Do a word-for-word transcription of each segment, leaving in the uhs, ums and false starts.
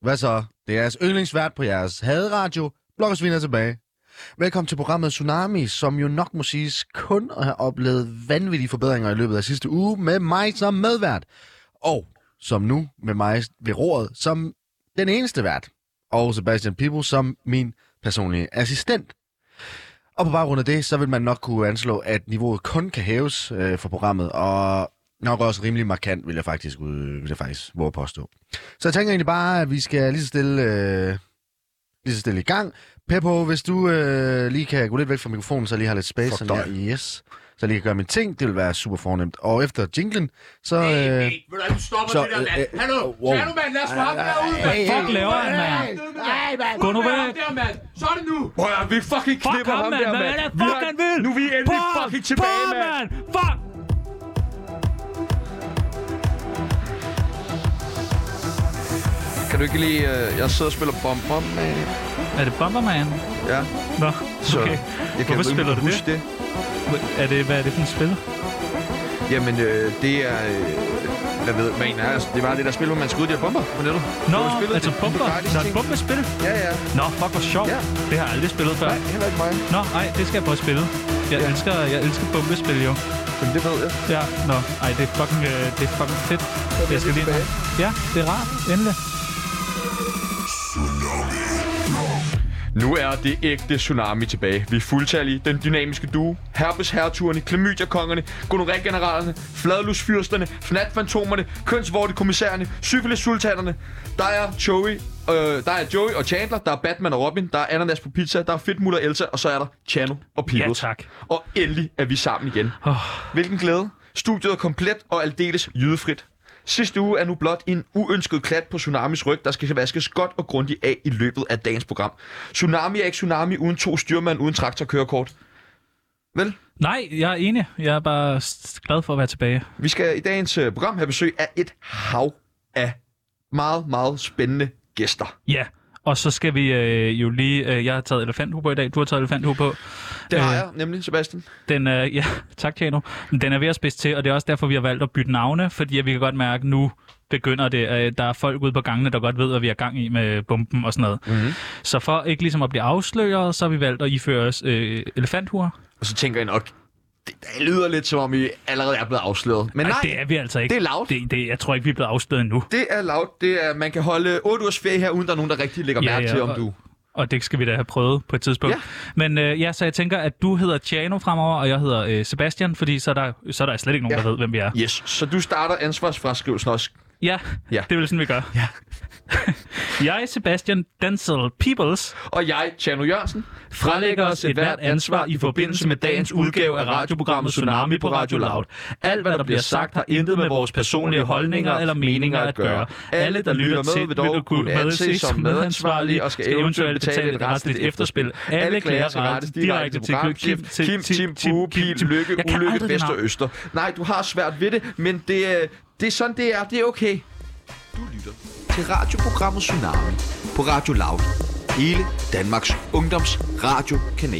Hvad så? Det er jeres yndlingsvært på jeres haderadio. Bloggersvin er tilbage. Velkommen til programmet Tsunami, som jo nok må siges kun at have oplevet vanvittige forbedringer i løbet af sidste uge med mig som medvært. Og som nu med mig ved roret som den eneste vært. Og Sebastian Pibel som min personlige assistent. Og på baggrund af det, så vil man nok kunne anslå, at niveauet kun kan hæves øh, for programmet, og nok også rimelig markant, vil jeg faktisk, vil jeg faktisk våge påstå. Så jeg tænker egentlig bare, at vi skal lige så stille, øh, lige så stille i gang. Peppo, hvis du øh, lige kan gå lidt væk fra mikrofonen, så jeg lige har lidt space, sådan her, yes, så jeg lige kan gøre mine ting, det vil være super fornemt. Og efter jinglen, så... Øh, hey, hey, vil du ikke stoppe så, det der, mand? Øh, Hallo, wow. Tjerno, mand, lad os få ham derude, Hvad fuck laver han, mand? Nej, mand. Gå nu væk. Der, mand. Så er det nu. Prøv at vi fucking Fuck knipper ham, ham mand. der, Hvad mand. er det, Vi fuck har- han vil? Nu er vi endelig På, fucking tilbage, på, mand. Fuck! Kan du ikke lige... Uh, jeg sidder og spiller Bomber, man. Er det Bomberman? Ja, Nå, så... okay. Jeg kan Hvorfor spiller du huske det? det? Er det, hvad er det for et spil? Jamen, øh, det er... Øh, hvad ved man er, altså, det var det der spil, hvor man skød de her bomber på nettet. Nå, Du har spillet altså det. bomber. Det er gratis Nå, et ting. bombespil. Ja, ja. Nå, fuck, hvor sjovt. Ja. Det har jeg aldrig spillet før. Nej, heller ikke mig. Nå, nej, det skal jeg prøve at spille. Jeg, Ja. elsker, jeg elsker bombespil, jo. Jamen, det ved jeg. Ja, nå, ej, det er fucking, øh, det er fucking fedt. er Jeg skal vi lige... tilbage. Ja, det er rart. Endelig. Nu er det ægte Tsunami tilbage. Vi er fuldtallige, den dynamiske duo, herpes herturene, klamydia-kongerne, gonorrhea-generalerne, fladlusfyrsterne, fnat-fantomerne, kønsvortekommissærerne, syfilis-sultanerne. Der er Joey, øh, der er Joey og Chandler, der er Batman og Robin, der er ananas på pizza, der er Fedtmuller og Elsa, og så er der Chano og Pibbles. Ja, tak. Og endelig er vi sammen igen. Oh. Hvilken glæde. Studiet er komplet og aldeles jydefrit. Sidste uge er nu blot en uønsket klat på Tsunamis ryg, der skal vaskes godt og grundigt af i løbet af dagens program. Tsunami er ikke Tsunami uden to styrmand uden traktorkørekort. Vel? Nej, jeg er enig. Jeg er bare s- glad for at være tilbage. Vi skal i dagens uh, program have besøg af et hav af meget, meget spændende gæster. Ja, og så skal vi øh, jo lige... Øh, jeg har taget elefanthue på i dag. Du har taget elefanthue på. Det har Øh, jeg nemlig, Sebastian. Den er, ja, tak, Tjano. Den er ved at spidse til, og det er også derfor, vi har valgt at bytte navne, fordi vi kan godt mærke, at nu begynder det. Øh, der er folk ude på gangene, der godt ved, hvad vi er gang i med bomben og sådan noget. Mm-hmm. Så for ikke ligesom at blive afsløret, så har vi valgt at iføre os øh, elefanthuer. Og så tænker jeg nok, det, det lyder lidt som om, vi allerede er blevet afsløret. Men Nej, nej, det er vi altså ikke. det er loud. Det, det, jeg tror ikke, vi er blevet afsløret endnu. Det er loud. Det er, man kan holde otte ugers ferie her, uden der er nogen, der rigtig lægger Ja, mærke ja, til, om og- du... Og det skal vi da have prøvet på et tidspunkt. Ja. Men øh, ja, så jeg tænker, at du hedder Tjano fremover, og jeg hedder øh, Sebastian, fordi så er, der, så er der slet ikke nogen, Ja. der ved, hvem vi er. Yes, så du starter ansvarsfraskrivelsen også. Ja, Ja. det er vel sådan, vi gør. Ja. Jeg, Sebastian Denzel Peebles, Og jeg, Tjerno Jørgensen, fralægger os et hvert ansvar i forbindelse med dagens udgave af radioprogrammet Tsunami på Radio Loud. Alt, hvad der bliver sagt, har intet med vores personlige holdninger eller meninger at gøre. Alle, der lytter til, vil dog kunne anses som medansvarlige og skal eventuelt betale et retsligt efterspil. Alle klager skal rettes direkte til Kim, Kim, Tim, Bue, Pil, Lykke, Jeg kan Ulykke, aldrig det Vest og navn. Øster. Nej, du har svært ved det, men det, er- det er sådan, det er. Det er okay. Du lytter til radioprogrammet Tsunami på Radio Loud. Hele Danmarks ungdoms radiokanal.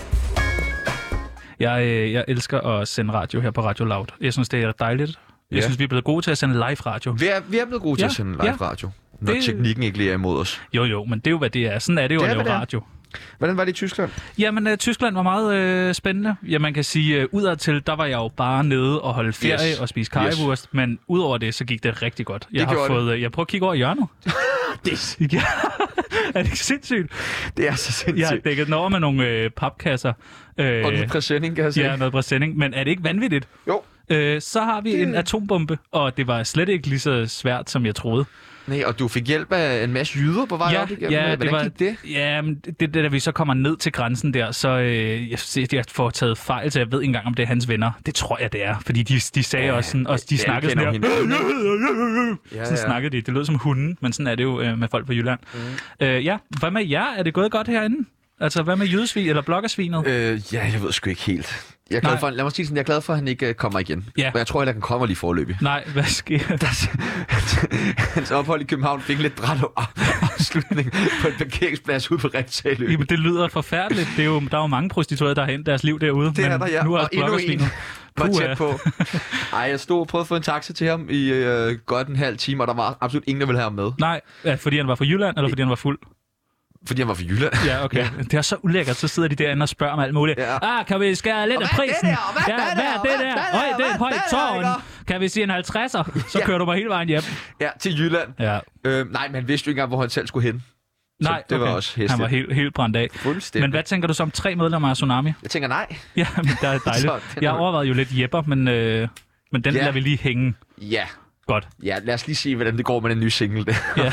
Jeg, øh, jeg elsker at sende radio her på Radio Loud. Jeg synes, det er dejligt. Jeg Ja. synes, vi er blevet gode til at sende live radio. Vi er, vi er blevet gode til Ja, at sende live ja. radio, når Det- teknikken ikke lige er imod os. Jo, jo, men det er jo, hvad det er. Sådan er det jo Det er, at lave hvad det er. radio. Hvordan var det i Tyskland? Jamen, øh, Tyskland var meget øh, spændende. Ja, man kan sige, øh, udadtil, der var jeg jo bare nede og holde ferie Yes. og spise kajewurst. Yes. Men udover det, så gik det rigtig godt. Jeg Det har gjorde fået, øh, jeg prøver at kigge over hjørnet. Det, Ja. Er det ikke sindssygt? det er så sindssygt. Jeg har dækket den over med nogle øh, papkasser. Øh, Og noget præsending, kan jeg sige. ja, noget præsending. Men er det ikke vanvittigt? Jo. Øh, så har vi Det- en atombombe, og det var slet ikke lige så svært, som jeg troede. Nej, og du fik hjælp af en masse jyder på vej Ja, op igennem. ja, Hvordan det var, gik det? Ja, men det, det, da vi så kommer ned til grænsen der, så øh, jeg, jeg får taget fejl, så jeg ved ikke engang, om det er hans venner. Det tror jeg, det er, fordi de, de sagde ja, også sådan, og de alle snakkede kender sådan her. Ja, Sådan ja. snakkede de. Det lød som hunden, men sådan er det jo øh, med folk fra Jylland. Mm. Øh, ja, hvad med jer? Er det gået godt herinde? Altså, hvad med jydesvin eller bloggersvinet? Øh, ja, jeg ved sgu ikke helt. Jeg er glad Nej. for, lad mig sige sådan, jeg er glad for, at han ikke uh, kommer igen. Ja. Og jeg tror heller, han kommer lige forløbig. Nej, hvad sker der? Hans ophold i København fik en lidt bræt afslutning på en parkeringsplads ude på Retsalø. Jamen, det lyder forfærdeligt. Det er jo, der er jo mange prostituerede, der har hentet deres liv derude. Det er men der, ja. Nu er Og også endnu en. bloggersvinet. Var Puha. tæt på. Ej, jeg stod og prøvede at få en taxa til ham i øh, godt en halv time, og der var absolut ingen, der ville have ham med. Nej, ja, fordi han var fra Jylland, eller fordi han var fuld? Fordi han var fra Jylland. Ja, okay. Ja. Det er så ulækkert, så sidder de derinde og spørger om alt muligt. Ja. Ah, kan vi skære lidt af prisen? Ja, hvad er det der? Høj, det er et højt tårn. Kan vi sige en halvtredser? Så Ja. kører du mig hele vejen hjem. Ja, til Jylland. Ja. Øh, nej, men han vidste jo ikke engang, hvor han selv skulle hen. Nej, det var okay. også hæsligt. Han var helt, helt brændt af. Fuldstændig. Men hvad tænker du så om tre medlemmer af Tsunami? Jeg tænker nej. Ja, men det er dejligt. Så, den Jeg er- overvejede jo lidt Jepper, men, øh, men den Ja. lader vi lige hænge. Ja. Godt. Ja, lad os lige se, hvordan det går med den nye single der. Ja.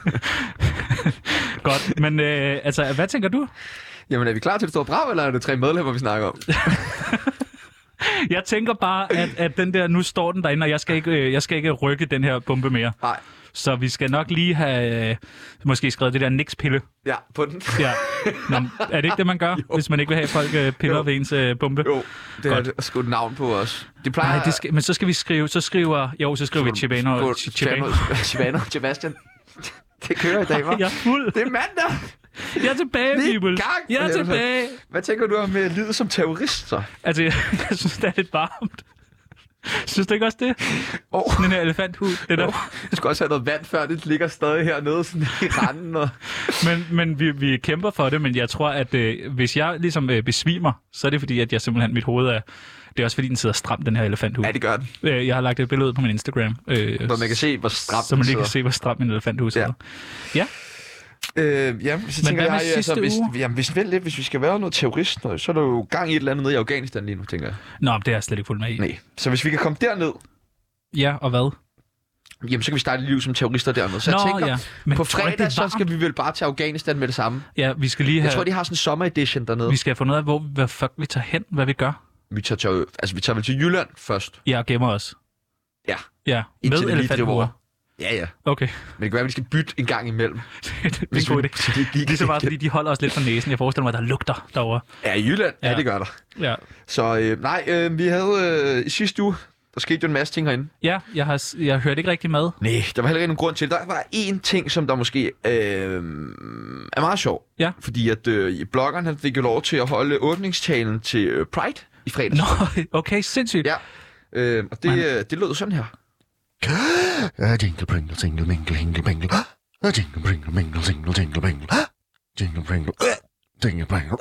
Godt. Men øh, altså, hvad tænker du? Jamen, er vi klar til det store brag, eller er det tre medlemmer, vi snakker om? Jeg tænker bare, at, at den der, nu står den derinde, og jeg skal ikke, øh, jeg skal ikke rykke den her bombe mere. Nej. Så vi skal nok lige have øh, måske skrevet det der nix-pille. Ja, på den. Ja. Nå, er det ikke det, man gør, hvis man ikke vil have folk øh, piller Jo. ved ens øh, bombe? Jo, det Godt. er skudt navn på os. Det plejer... Nej, det skal, men så skal vi skrive, så skriver, jo, så skriver vi Chibano. Chibano. Chibano. Sebastian. Det kører i dag, hva'? Jeg er fuld. Det er mandag. Jeg er tilbage, Vi er i people. gang. Jeg er tilbage. Hvad tænker du om uh, livet som terrorist, så? Altså, jeg, jeg synes, det er lidt varmt. Synes du ikke også det? Oh. Den her elefanthud, det der. Jeg skulle også have noget vand før, det ligger stadig hernede sådan i randen. Og... Men, men vi, vi kæmper for det, men jeg tror, at øh, hvis jeg ligesom øh, besvimer, så er det fordi, at jeg simpelthen, mit hoved er... Det er også fordi, den sidder stramt, den her elefanthud. Ja, det gør den. Øh, jeg har lagt et billede ud på min Instagram. Øh, Hvor man kan se, hvor stramt så man lige den kan sidder. se, hvor stramt min elefanthud sidder. Ja. Ja. Øh, ja, så tænker hvad med jeg, altså, sidste hvis, uge? jamen, hvis, vel, lidt, hvis vi skal være noget terrorist, noget, så er der jo gang i et eller andet nede i Afghanistan lige nu, tænker jeg. Nå, det er jeg slet ikke fuldt med i. Nej. Så hvis vi kan komme derned, Ja, og hvad? jamen så kan vi starte et liv som terrorister dernede. Så Nå, jeg tænker, ja. Men på tror du ikke, det fredag, er så skal varmt? vi vel bare til Afghanistan med det samme. Ja, vi skal lige have... Jeg tror, de har sådan en sommeredition dernede. Vi skal have fundet ud af, hvor, hvad fuck vi tager hen, hvad vi gør. Vi tager, til, altså, vi tager vel til Jylland først. Ja, og gemmer os. Ja. Ja, Indtil med det lige driver over. elefanthuer. Ja, ja. Okay. Men det kan være, at vi skal bytte en gang imellem. det er en Hvis god vi- idé. så det lige Lige så kan- meget, fordi de holder os lidt for næsen. Jeg forestiller mig, at der lugter derovre. Ja, i Jylland. Ja, Ja. det gør der. Ja, Så øh, nej, øh, vi havde øh, i sidste uge, der skete jo en masse ting herinde. ja jeg har s- jeg hørte ikke rigtig med. Nej, der var heller ikke nogen grund til det. Der var én ting, som der måske øh, er meget sjov. Ja. Fordi at øh, bloggeren han fik jo lov til at holde åbningstalen til øh, Pride i fredags. Nå, okay, sindssygt. Ja, øh, og det, øh, det lød sådan her. Uh, jingle pringle, jingle mingle, hingle bingle. Uh, jingle pringle, mingle, jingle, jingle bingle. Uh, jingle pringle, uh, jingle pringle.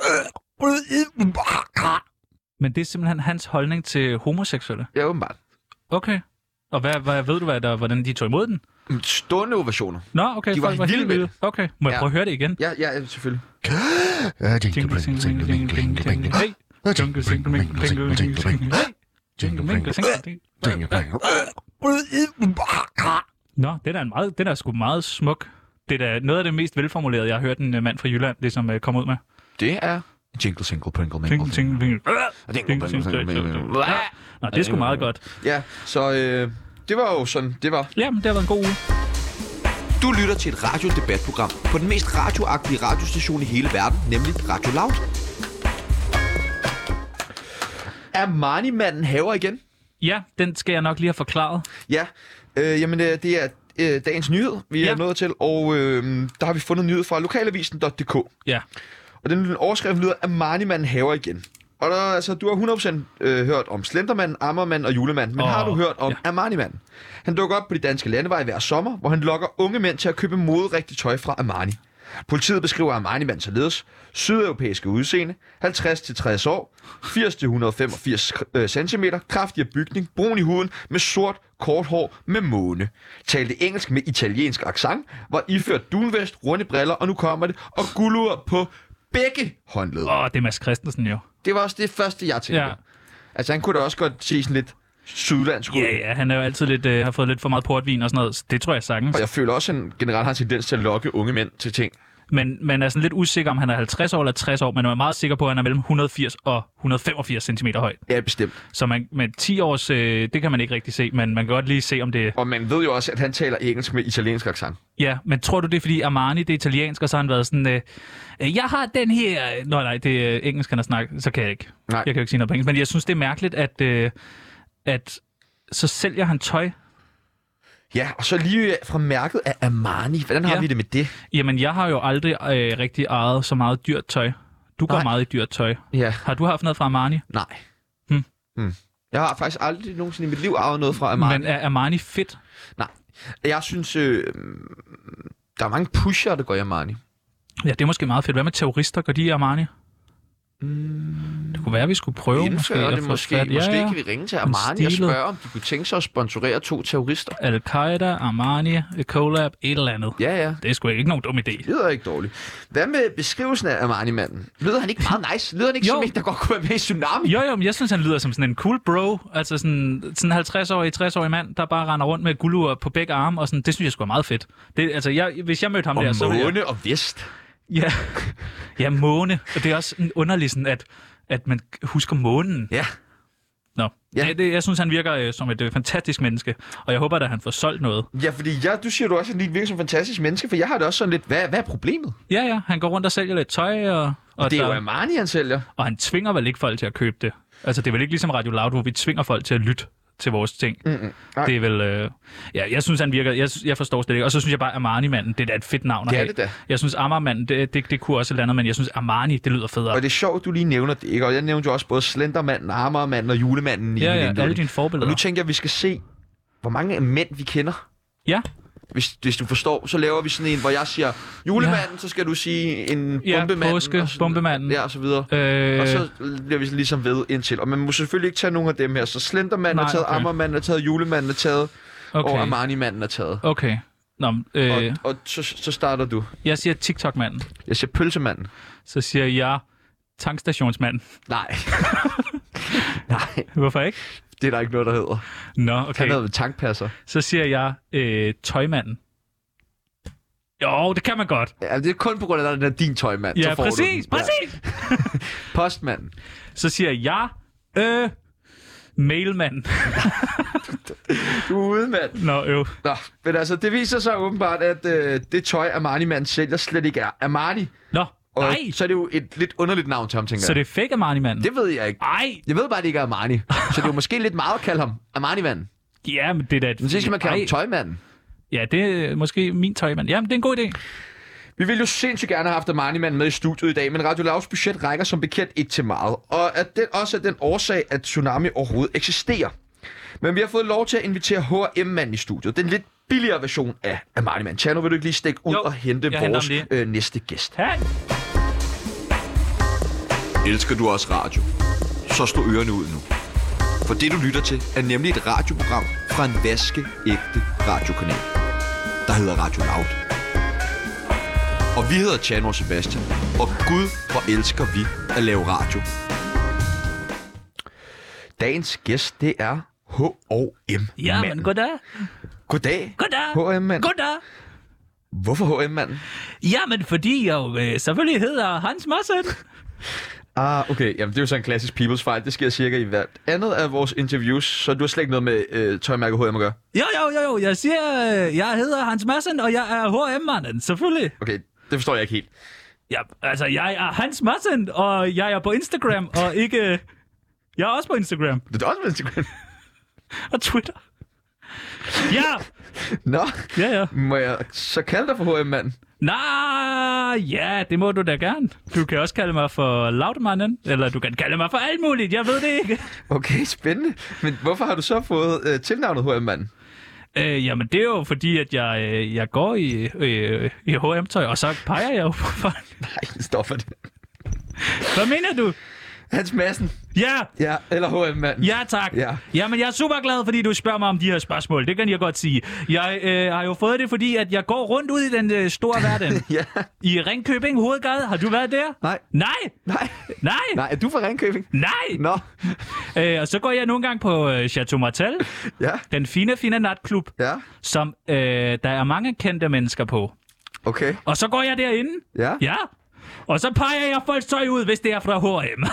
Uh. Men det er simpelthen hans holdning til homoseksuelle. Ja, åbenbart. Okay. Og hvad, hvad ved du, hvad der, hvordan de tog imod den? Stående ovationer. Nå, okay, De var folk var vilde helt med vilde. Okay, må jeg Ja. prøve at høre det igen? Ja, ja, selvfølgelig. Uh, jingle pringle, jingle mingle, hingle bingle. Hey, Uh, jingle, jingle, mingle, jingle, jingle, jingle, hey. Jingle, mingle, jingle, jingle. jingle pringle. Nå, det er da en meget, det er da sgu meget smuk. Det er da noget af det mest velformulerede, jeg har hørt en uh, mand fra Jylland ligesom uh, komme ud med. Det er jingle, single, pringle, mingle. Jingle, jingle, jingle. Jingle, Jingle, jingle, jingle, jingle, jingle. jingle. Nå, det er sgu meget godt. Ja, så øh, det var jo sådan, det var. Jamen, det har været en god uge. Du lytter til et radiodebatprogram på den mest radioagtige radiostation i hele verden, nemlig Radio Loud. Er Marnie-manden haver igen? Ja, den skal jeg nok lige have forklaret. Ja, øh, jamen øh, det er øh, dagens nyhed, vi er Ja. nået til, og øh, der har vi fundet nyhed fra lokalavisen punktum d k. Ja. Og den overskrift lyder, at Marnie-manden haver igen. Og der, altså, du har hundrede procent øh, hørt om Slendermanden, Ammermanden og Julemanden, men Åh, har du hørt om ja. ja. Armani-manden? Han dukker op på de danske landeveje hver sommer, hvor han lokker unge mænd til at købe moderigtigt tøj fra Armani. Politiet beskriver Armani-manden således: sydeuropæiske udseende, halvtreds til tres år, firs til et hundrede og femogfirs cm, kraftig bygning, brun i huden, med sort, kort hår med måne. Talte engelsk med italiensk accent, var iført dunvest, runde briller, og nu kommer det, og guldur på begge håndled. Åh, det er Mads Christensen jo. Det var også det første, jeg tænkte. Ja. Ja. Altså, han kunne da også godt se sådan lidt sydlandsk ud. Ja, ja, han er jo altid lidt, øh, har fået lidt for meget portvin og sådan noget. Så det tror jeg sagtens. Og jeg føler også, at han generelt har en tendens til at lokke unge mænd til ting. Men man er sådan lidt usikker, om han er halvtreds år eller tres år, men man er meget sikker på, at han er mellem et hundrede og firs og et hundrede og femogfirs centimeter høj. Ja, bestemt. Så man, med ti års, øh, det kan man ikke rigtig se, men man kan godt lige se, om det... Og man ved jo også, at han taler engelsk med italiensk accent. Ja, men tror du det er, fordi Armani, det er italiensk, og så har han været sådan, øh, øh, jeg har den her... Nå nej, det er engelsk, han har snakket, så kan jeg ikke. Nej. Jeg kan jo ikke sige noget på engelsk, men jeg synes, det er mærkeligt, at, øh, at så sælger han tøj. Ja, og så lige fra mærket af Armani. Hvordan har Ja. vi det med det? Jamen, jeg har jo aldrig øh, rigtig ejet så meget dyrt tøj. Du går Nej. meget i dyrt tøj. Ja, Har du haft noget fra Armani? nej. Hmm. Hmm. Jeg har faktisk aldrig nogensinde i mit liv arvet noget fra Armani. Men er Armani fedt? Nej. Jeg synes, øh, der er mange pusher, der går i Armani. Ja, det er måske meget fedt. Hvad med terrorister? Går de i Armani? Mm. Det kunne være, at vi skulle prøve. Indføre det måske. Fat. Måske ja, ja. kan vi ringe til Armani og spørge, om de kunne tænke sig at sponsorere to terrorister. Al-Qaida, Armani, Collab, et eller andet. Ja, ja. Det er sgu ikke nogen dum idé. Det lyder ikke dårligt. Hvad med beskrivelsen af Armani-manden? Lyder han ikke meget nice? Lyder han ikke Jo. som en, der godt kunne være med i Tsunami? Jo, jo, men jeg synes, han lyder som sådan en cool bro. Altså sådan, sådan en halvtreds-årig, tres-årig mand, der bare render rundt med guldur på begge arme. Og sådan, det synes jeg sgu er meget fedt. Det, altså, jeg, hvis jeg mødte ham Og der, så ville jeg... måne og vest. Ja, ja, måne. Og det er også en underlig sådan, at, at man husker månen. Ja. Nå, Ja. ja. det, jeg synes, han virker øh, som et øh, fantastisk menneske. Og jeg håber, at han får solgt noget. Ja, fordi jeg, du siger du også, at han virker som en fantastisk menneske, for jeg har det også sådan lidt, hvad, hvad er problemet? Ja, ja, han går rundt og sælger lidt tøj, og, og, Det er der, jo Armani, han sælger. og han tvinger vel ikke folk til at købe det. Altså, det er vel ikke ligesom Radio Loud, hvor vi tvinger folk til at lytte til vores ting. Mm-mm. Nej. Det er vel... Øh, ja, jeg synes, han virker... Jeg, jeg forstår det ikke. Og så synes jeg bare, Armani-manden, det er da et fedt navn at Det er have. det da. Jeg synes, Amager-manden, det, det, det kunne også et eller andet, men jeg synes, Armani, det lyder federe. Og det er sjovt, du lige nævner det, ikke? Og jeg nævnte jo også både Slendermanden, Amagermanden og Julemanden i Ja, mit ja, indledning. alle dine Og forbilleder. nu tænker jeg, at vi skal se, hvor mange mænd vi kender. Ja, Hvis, hvis du forstår, så laver vi sådan en, hvor jeg siger Julemanden, ja. Så skal du sige en Ja, bombemanden. påske, og sådan- bombemanden. Ja, og så videre. øh, Og så bliver vi ligesom ved indtil. Og man må selvfølgelig ikke tage nogen af dem her. Så Slendermanden Nej, er taget, okay. Amagermanden er taget, Julemanden er taget, okay. og Armani-manden er taget. Okay. Nå, øh, Og, og så, så starter du. jeg siger TikTok-manden. Jeg siger pølsemanden. Så siger jeg tankstationsmanden. Nej. Nej, Hvorfor ikke? det er der ikke noget, der hedder. Nå, Han okay. hedder med tankpasser. Så siger jeg øh, tøjmanden. Jo, det kan man godt. Ja, det er kun på grund af, at den er din tøjmand. Ja, så får du præcis, den. præcis. Ja. Postmanden. Så siger jeg øh, mailmanden. Du er ude, mand. Nå, øv. Nå, men altså, det viser sig åbenbart, at øh, det tøj, Armani-manden sælger, slet ikke er Armani. Nå, Og nej. så er det jo et lidt underligt navn til ham, tænker Så jeg. det er fake Armani-manden? Det ved jeg ikke. Ej, Jeg ved bare, at det ikke er Armani. Så det er jo måske lidt meget at kalde ham Armani-manden. ja, men det er da et... Men så skal man kalde Ej. ham tøjmanden. Ja, det er måske min tøjmand. Jamen, det er en god idé. Vi ville jo sindssygt gerne have haft Armani-manden med i studiet i dag, men Radio Louds budget rækker som bekendt ikke til meget. Og at det også er den årsag, at Tsunami overhovedet eksisterer. Men vi har fået lov til at invitere H og M-manden i studiet. Den lidt billigere version af Armani-manden. Tjerno, vil du ikke lige stikke ud Jo, og hente jeg henter vores ham lige. øh, næste gæst? Han. Elsker du også radio? Så slå ørerne ud nu. For det, du lytter til, er nemlig et radioprogram fra en vaskeægte radiokanal, der hedder Radio Loud. Og vi hedder Tjerno og Sebastian, og Gud, hvor elsker vi at lave radio. Dagens gæst, det er H og M-manden. Ja, men goddag. Goddag. Goddag. H og M-manden. Goddag. Hvorfor H og M-manden? Jamen, fordi jeg jo øh, selvfølgelig hedder Hans Madsen. Ah, okay. Jamen, det er jo sådan en klassisk people's fight. Det sker cirka i hvert andet af vores interviews, så du har slet ikke noget med øh, tøjmærket H og M at gøre? Jo, jo, jo, jo. Jeg siger, øh, jeg hedder Hans Madsen, og jeg er H og M-manden, selvfølgelig. Okay, det forstår jeg ikke helt. Ja, altså, jeg er Hans Madsen, og jeg er på Instagram, og ikke... Jeg er også på Instagram Det er også på Instagram. og Twitter. Ja, Nå, ja, ja. må jeg så kalde dig for H og M-manden? Nej, ja, det må du da gerne. Du kan også kalde mig for Laudemanden, eller du kan kalde mig for alt muligt, jeg ved det ikke. Okay, spændende. Men hvorfor har du så fået øh, tilnavnet H og M-manden? Øh, jamen, det er jo fordi, at jeg, øh, jeg går i, øh, i H og M-tøj, og så peger jeg jo på folk. Nej, stop for det. Hvad mener du? Hans Madsen. Ja, Ja, eller H og M-manden. ja tak. Ja. Jamen, jeg er super glad, fordi du spørger mig om de her spørgsmål. Det kan jeg godt sige. Jeg øh, har jo fået det, fordi at jeg går rundt ud i den øh, store verden. Ja. I Ringkøbing Hovedgade. Har du været der? Nej. Nej. Nej. Nej. Nej, er du fra Ringkøbing? Nej. Nå. Øh, og så går jeg nogle gange på øh, Chateau Martel, Ja. den fine, fine natklub, Ja. som øh, der er mange kendte mennesker på. Okay. Og så går jeg derinde. Ja. Ja. Og så peger jeg folks tøj ud, hvis det er fra H og M.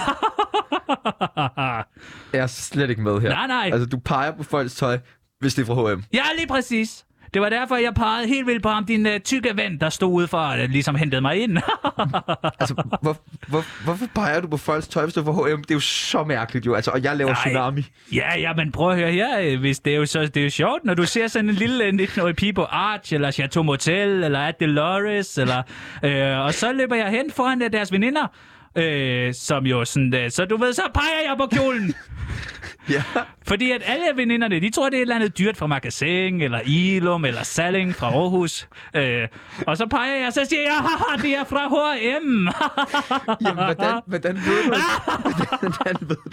Jeg er slet ikke med her. Nej, nej. Altså, du peger på folks tøj, hvis det er fra H og M. Ja, lige præcis. Det var derfor, jeg pegede helt vildt på ham, din uh, tykke ven, der stod ude for og uh, ligesom hentede mig ind. Altså, hvor, hvor, hvorfor peger du på folks tøj, hvis det er fra H og M? Det er jo så mærkeligt jo. Altså, og jeg laver Nej. Tsunami. Ja, ja, men prøv at høre her. Hvis det er jo så, det er jo sjovt, når du ser sådan en lille nitten-årig pige på Arch, eller Chateau Motel, eller at Dolores, eller, øh, og så løber jeg hen foran deres veninder, øh, som jo sådan, øh, så du ved, så peger jeg på kjolen. Ja. Fordi at alle veninderne, de tror, det er et eller andet dyrt fra Magasin, eller Ilum, eller Salling fra Aarhus. Øh, og så peger jeg, og så siger jeg, haha, det er fra H og M. Jamen, hvordan, hvordan ved du? Hvordan ved du?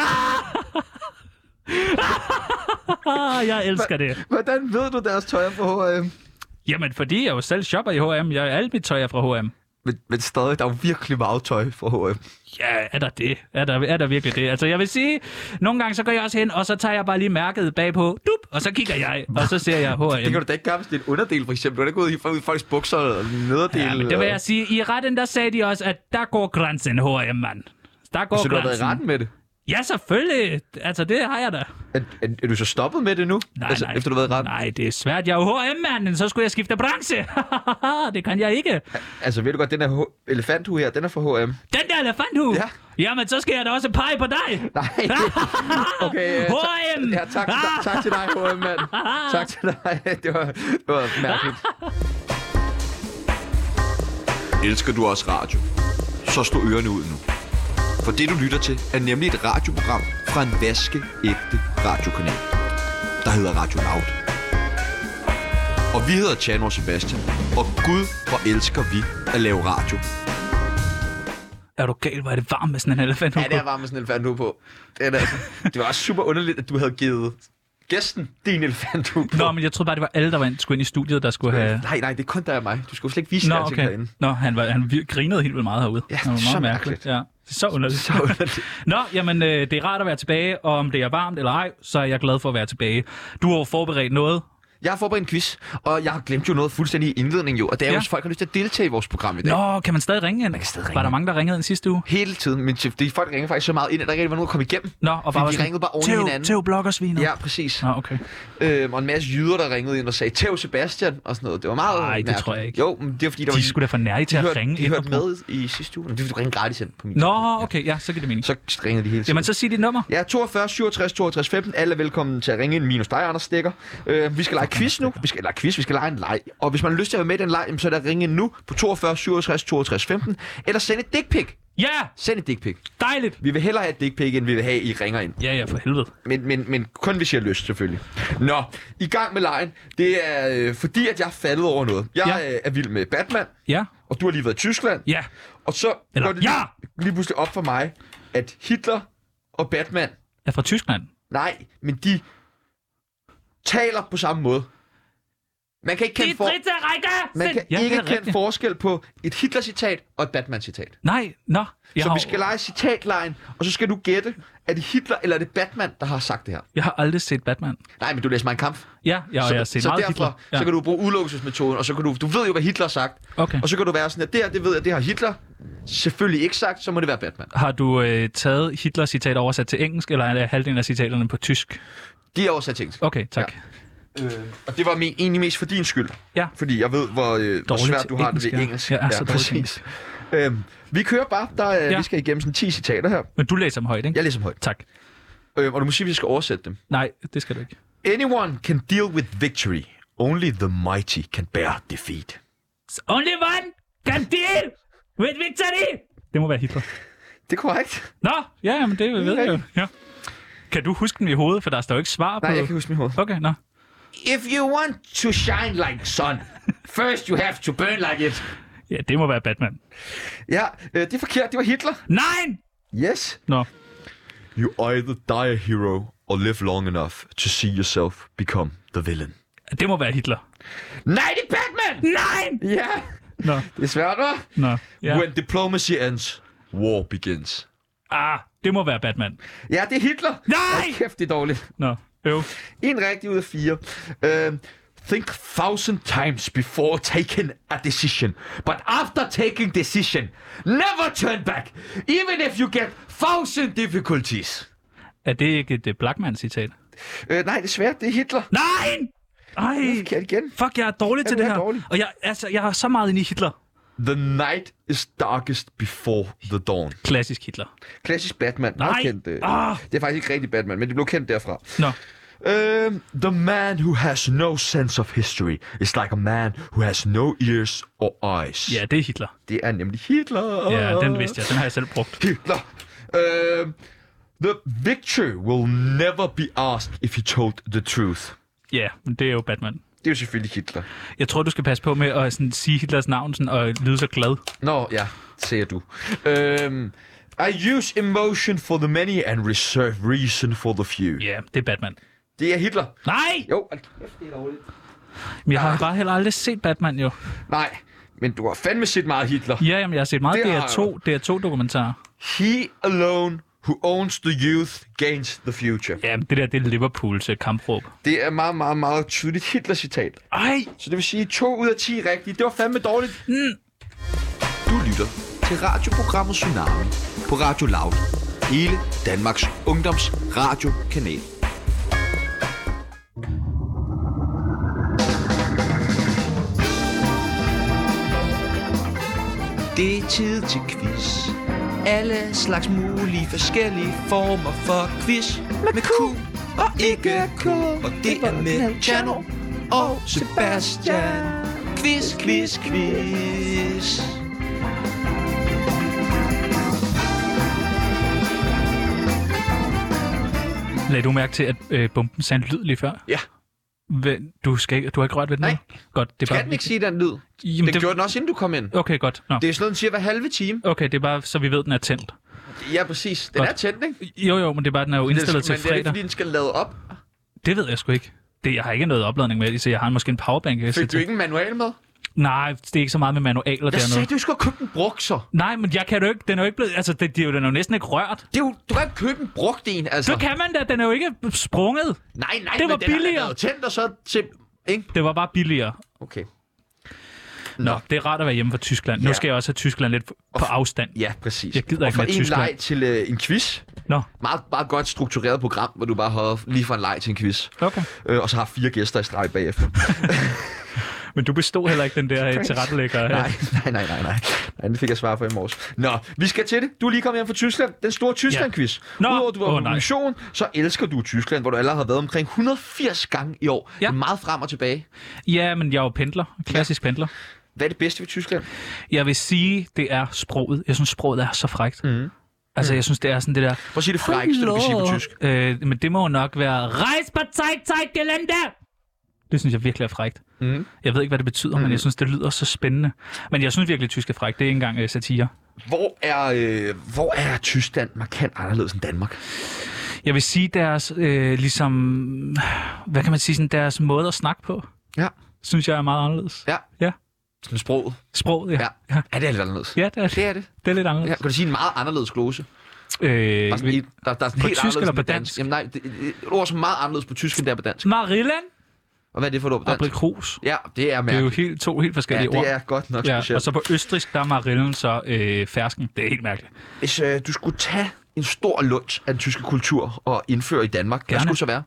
Jeg elsker det. Hvordan ved du, deres tøj er fra H og M? Jamen, fordi jeg jo selv shopper i H og M. Jeg, alt mit tøj er fra H og M. Men, men stadig, der er jo virkelig meget tøj fra H og M. Ja, er der det? Er der, er der virkelig det? Altså, jeg vil sige, nogle gange så går jeg også hen, og så tager jeg bare lige mærket bagpå, dup, og så kigger jeg, og så ser jeg H og M. Det kan du da ikke gøre, hvis det er en underdel, for eksempel. Du kan da gå ud i folks bukser og nederdel. Ja, men det vil jeg sige. I retten, der sagde de også, at der går grænsen H og M, mand. Der går Så du har grænsen. været i retten med det? Ja, selvfølgelig. Altså, det har jeg da. Er, er, er du så stoppet med det nu? Nej, altså, nej. Efter du har været i retten? Nej, det er svært. Jeg er jo H og M-manden, så skulle jeg skifte branche. Det kan jeg ikke. Altså, ved du godt, den her elefanthue her, den er fra H og M. Den der elefanthue? Ja. Jamen, så skal jeg da også pege på dig. Nej. Okay. H og M. Ja, tak, tak, tak til dig, H og M, mand. Tak til dig. Det var, det var mærkeligt. Elsker du også radio? Så slå ørerne ud nu. For det, du lytter til, er nemlig et radioprogram fra en vaskeægte radiokanal, der hedder Radio Loud. Og vi hedder Tjano og Sebastian, og Gud, hvor elsker vi at lave radio. Er du gal? Hvor er det varmt med sådan en elefant? Ja, det er varmt med sådan en elefanthue på. Det, er det, altså. Det var også super underligt, at du havde givet gæsten din elefanthue på. Nå, men jeg troede bare, det var alle, der var, skulle ind i studiet, der skulle have... Nej, nej, det er kun dig og mig. Du skulle slet ikke vise Nå, dig okay. derinde. Nå, han, var, han vir- grinede helt vildt meget herude. Ja, det var meget så mærkeligt. mærkeligt. Ja, det er så underligt. Så underligt. Nå, jamen, øh, det er rart at være tilbage, og om det er varmt eller ej, så er jeg glad for at være tilbage. Du har jo forberedt noget. Jeg har forberedt en quiz, og jeg har glemt jo noget fuldstændig i indledningen jo. Og det er Ja. jo, hvis folk har lyst til at deltage i vores program i dag. Nå, kan man stadig ringe ind? Man kan stadig Var ringe der mange, der ringede ind sidste uge? Hele tiden. Men de folk ringer faktisk så meget ind, at der ikke rigtig var nogen, der kom igennem. Nå, og Fordi bare var de sådan, ringede bare oven i tæv, hinanden. tæv bloggersvinet. Ja, præcis. Nå, okay. Øhm, og en masse jyder, der ringede ind og sagde, tæv Sebastian og sådan noget. Det var meget Nej, det mærkeligt. tror jeg ikke. Jo, men det var fordi, der De var... skulle da for nærige til de at hørte, ringe de ind. hørte og bruge- med i sidste uge. Men det er fordi, du ringede gratis ind på min Nå, okay, ja, så giver det mening. Så ringede de hele tiden. Jamen, så sig dit nummer. Ja, toogfyrre syvogtres toogtres femten. Alle er velkommen til at ringe ind, minus dig, Anders Stikker. Øh, vi skal lege quiz nu. Vi skal lege quiz, vi skal lege en leg. Og hvis man har lyst til at være med i den leg, så er der ringe ind nu på toogfyrre syvogtres toogtres femten. Eller send et dick pic. Ja, Send et dick pic. dejligt. Vi vil hellere have et dick pic, end vi vil have, I ringer ind. Ja, ja, for helvede. Men, men, men kun hvis I har lyst, selvfølgelig. Nå, i gang med lejen. Det er øh, fordi, at jeg er faldet over noget. Jeg Ja. øh, er vild med Batman, Ja, og du har lige været i Tyskland. ja. Og så Eller- går det lige, Ja! lige pludselig op for mig, at Hitler og Batman, Er fra Tyskland. nej, men de taler på samme måde. Man kan ikke kende, for... Man kan Ja, ikke det er kende rigtigt. forskel på et Hitler-citat og et Batman-citat. Nej, nå. Jeg Så har, vi skal lege citatlejen, og så skal du gætte, er det Hitler eller er det Batman, der har sagt det her? jeg har aldrig set Batman. Nej, men du læser mig en kamp. Ja, jeg, Så, jeg har set så meget derfor, Hitler. Ja. så kan du bruge udelukkelsesmetoden, og så kan du, du ved jo, hvad Hitler har sagt. Okay. Og så kan du være sådan, at det her, det ved jeg, det har Hitler selvfølgelig ikke sagt, så må det være Batman. Har du øh, taget Hitlers citat oversat til engelsk, eller er det halvdelen af citaterne på tysk? De er oversat til engelsk. Okay, tak. Ja. Øh, og det var me- egentlig mest for din skyld. Ja. Fordi jeg ved, hvor, øh, hvor Dårligt svært til du har det engelsk, ved ja. engelsk. Jeg er så dårlig til præcis. Øhm, vi kører bare. Der, øh, Ja. Vi skal igennem sådan ti citater her. Men du læser dem højt, ikke? Jeg læser dem højt. Tak. Øh, og du må sige, at vi skal oversætte dem. Nej, det skal du ikke. Anyone can deal with victory. Only the mighty can bear defeat. Only one can deal with victory! Det må være Hitler. Det er korrekt. Nå, ja, men det ved jeg jo. Ja. Kan du huske den i hovedet, for der står jo ikke svar på... Nej, jeg kan huske mit hoved. Okay, nå. If you want to shine like sun, first you have to burn like it. Ja, det må være Batman. Ja, øh, det er forkert. Det var Hitler. Nej! Yes. Nå. You either die a hero or live long enough to see yourself become the villain. Det må være Hitler. Nej, det er Batman! Nej! Ja, Nå, det er svært, hva'? nå. Ja. When diplomacy ends, war begins. Ah, det må være Batman. Ja, det er Hitler. Nej! Hold kæft, det er dårligt. Nå, øv. En rigtig ud af fire. Uh, think thousand times before taking a decision. But after taking decision, never turn back. Even if you get thousand difficulties. Er det ikke et Blackman-citat? Uh, nej, desværre, det er Hitler. Nej! Ej, Kan igen? fuck, jeg er dårlig Ja, til du det er her. dårlig. Og jeg, altså, jeg er så meget inde i Hitler. The night is darkest before the dawn. Klassisk Hitler. Klassisk Batman. Nej. Meget kendt. Uh, Ah. Det er faktisk ikke rigtig Batman, men det blev kendt derfra. Nå, Uh, the man who has no sense of history is like a man who has no ears or eyes. ja, det er Hitler. Det er nemlig Hitler. Ja, den vidste jeg. Den har jeg selv brugt. Hitler. Uh, The victor will never be asked if he told the truth. Ja, men det er jo Batman. Det er jo selvfølgelig Hitler. Jeg tror, du skal passe på med at sådan, sige Hitlers navn sådan, og lyde så glad. Nå, ja, siger du. Um, I use emotion for the many and reserve reason for the few. Ja, det er Batman. Det er Hitler. Nej! Jo, det er dårligt. Men jeg har bare heller aldrig set Batman, jo. Nej, men du har fandme set meget Hitler. Ja, jamen, jeg har set meget Det D har R to, D R to-dokumentarer. He alone who owns the youth gains the future. Ja, det der, det er Liverpools uh, kampråb. Det er meget, meget, meget tydeligt Hitler-citat. Ej! Så det vil sige to ud af ti rigtigt. Det var fandme dårligt. Mm. Du lytter til radioprogrammet Tsunami på Radio Loud. Hele Danmarks ungdoms radiokanal. Det er tid til quiz. Alle slags mulige forskellige former for quiz. Med Q og ikke K. Og det er med Chano og Sebastian. Quiz, quiz, quiz. Lagde du mærke til, at øh, bomben sagde en lyd lige før? Ja. Hvad, du, skal ikke, du har ikke rørt ved den? Nej. nu? Godt, det er Kan bare... den ikke sige den lyd? Jamen, Den det... gjorde den også, inden du kom ind. Okay, godt. Nå. Det er sådan noget, den siger hver halve time. Okay, det er bare, så vi ved, den er tændt. Ja, præcis. Den Godt. er tændt, ikke? Jo, jo, men det er bare, den er jo indstillet til Men det er fredag. ikke, fordi den skal lade op. Det ved jeg sgu ikke. Det, jeg har ikke noget opladning med det, så jeg har måske en powerbank. Jeg Fik sætter du ikke en manual med? Nej, det er ikke så meget med manualer Jeg dernede. sagde, du skulle have købt en brugt, så. Nej, men jeg kan jo ikke, den er jo ikke blevet, altså det, det er jo, den er jo næsten ikke rørt. Det er jo, du kan ikke købe en brugt en, altså. Så kan man da, den er jo ikke sprunget. Nej, nej, Det var men den har da billigere. været tændt, og så til... Ikke? Det var bare billigere. Okay. Nå, det er rart at være hjemme fra Tyskland. Nu Ja. skal jeg også have Tyskland lidt på afstand. Ja, præcis. Jeg gider og ikke fra med en Tyskland. leg til øh, en quiz. Nå, Meget, meget godt struktureret program, hvor du bare har lige fra en leg til en quiz. okay. Øh, og så har fire gæster i streg bagefter. Men du bestod heller ikke den der øh, tilrettelægger. øh. nej, nej, nej, nej, nej. Nej, det fik jeg svar på i morges. Nå, vi skal til det. Du er lige kommet hjem fra Tyskland. Den store Tyskland-quiz. Nå, Udover at du var åh, på nej. mission, så elsker du Tyskland, hvor du allerede har været omkring et hundrede og firs gange i år. Ja. Det er meget frem og tilbage. Ja, men jeg er jo pendler. Klassisk pendler. Hvad er det bedste ved Tyskland? Jeg vil sige, det er sproget. Jeg synes, sproget er så frækt. Mhm. Altså, jeg synes, det er sådan det der... Prøv at sige det frækste, du kan sige på tysk. Øh, men det må jo nok være... Reispartei Zeitgelände! Det synes jeg virkelig er frækt. Mhm. Jeg ved ikke, hvad det betyder, mm. men jeg synes, det lyder så spændende. Men jeg synes virkelig, at tysk er frækt. Det er ikke engang øh, satire. Hvor er, øh, hvor er Tyskland markant anderledes end Danmark? Jeg vil sige, deres øh, ligesom... Hvad kan man sige? Sådan, deres måde at snakke på, Ja. synes jeg er meget anderledes. Ja. Ja. Sådan sproget. Sproget, ja. Ja. Ja, Ja, det er lidt anderledes. ja det, er, Det er det. det er lidt anderledes. Ja, kan du sige en meget anderledes glose? Øh, Der er, sådan et, der, der er sådan på helt tysk anderledes eller end på på dansk? Jamen nej, det, et ord som er meget anderledes på tysk, end det er på dansk. Marillen Og hvad er det for et ord på og dansk? Brikrus. Ja, det er Det er jo mærkeligt. helt, to helt Ja, forskellige ord. det er godt nok Ja, specielt. og så på østrisk, der er marillen så øh, fersken. Det er helt mærkeligt. Hvis øh, du skulle tage en stor lunch af den tyske kultur og indføre i Danmark, hvad Gerne. skulle det så være?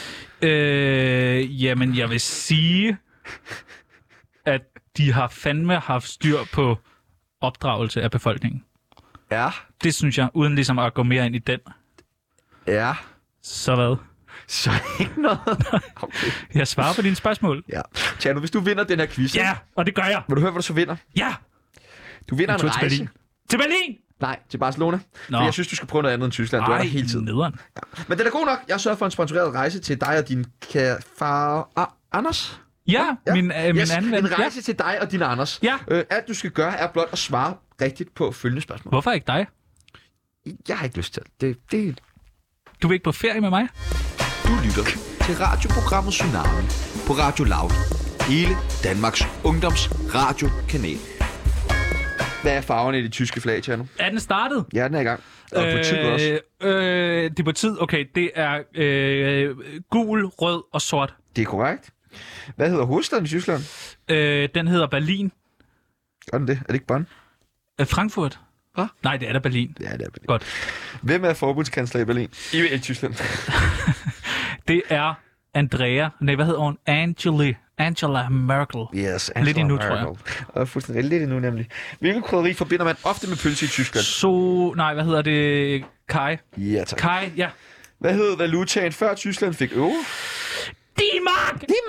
Øh, jamen, jeg vil sige, at de har fandme haft styr på opdragelse af befolkningen. Ja, Det synes jeg, uden ligesom at gå mere ind i den. ja. Så hvad? Så ikke noget. Okay. Jeg svarer på dine spørgsmål. Ja. Tjano, hvis du vinder den her quiz, Ja, og det gør jeg. vil du høre, hvad du så vinder? Ja, Du vinder jeg en tog til rejse. Berlin. Til Berlin! Nej, til Barcelona. Nå. For jeg synes, du skal prøve noget andet end Tyskland. Du er der hele tiden. nederen. Men den er god nok. Jeg sørger for en sponsoreret rejse til dig og din kære far... Ah, Anders? Ja, Ja. min, øh, min Yes, anden ven. en rejse ja. til dig og din Anders. Ja. Øh, alt du skal gøre er blot at svare rigtigt på følgende spørgsmål. Hvorfor ikke dig? Jeg har ikke lyst til det. det. det Du vil ikke på ferie med mig? Du lytter til radioprogrammet Tsunami på Radio Loud. Hele Danmarks ungdoms radiokanal. Hvad er farverne i det tyske flag, Tjano? Er den startet? Ja, den er i gang. Og på tid også. Øh, det er på tid. Okay, det er øh, gul, rød og sort. Det er korrekt. Hvad hedder hovedstaden i Tyskland? Øh, den hedder Berlin. Gør den det? Er det ikke Bonn? Øh, Frankfurt? Hvad? Nej, det er da Berlin. Ja, det er Berlin. Godt. Hvem er forbundskansler i Berlin? I, i Tyskland. Det er Andrea. Nej, hvad hedder hun? Angeli. Angela Merkel. Yes, Lidt endnu, tror jeg. Og fuldstændig lidt endnu, nemlig. Hvilket krydderi forbinder man ofte med pølse i Tyskland? Så... Nej, hvad hedder det? Kai. Ja, tak. Kai, ja. Hvad hed valutaen før Tyskland fik euro? D-mark! D-mark!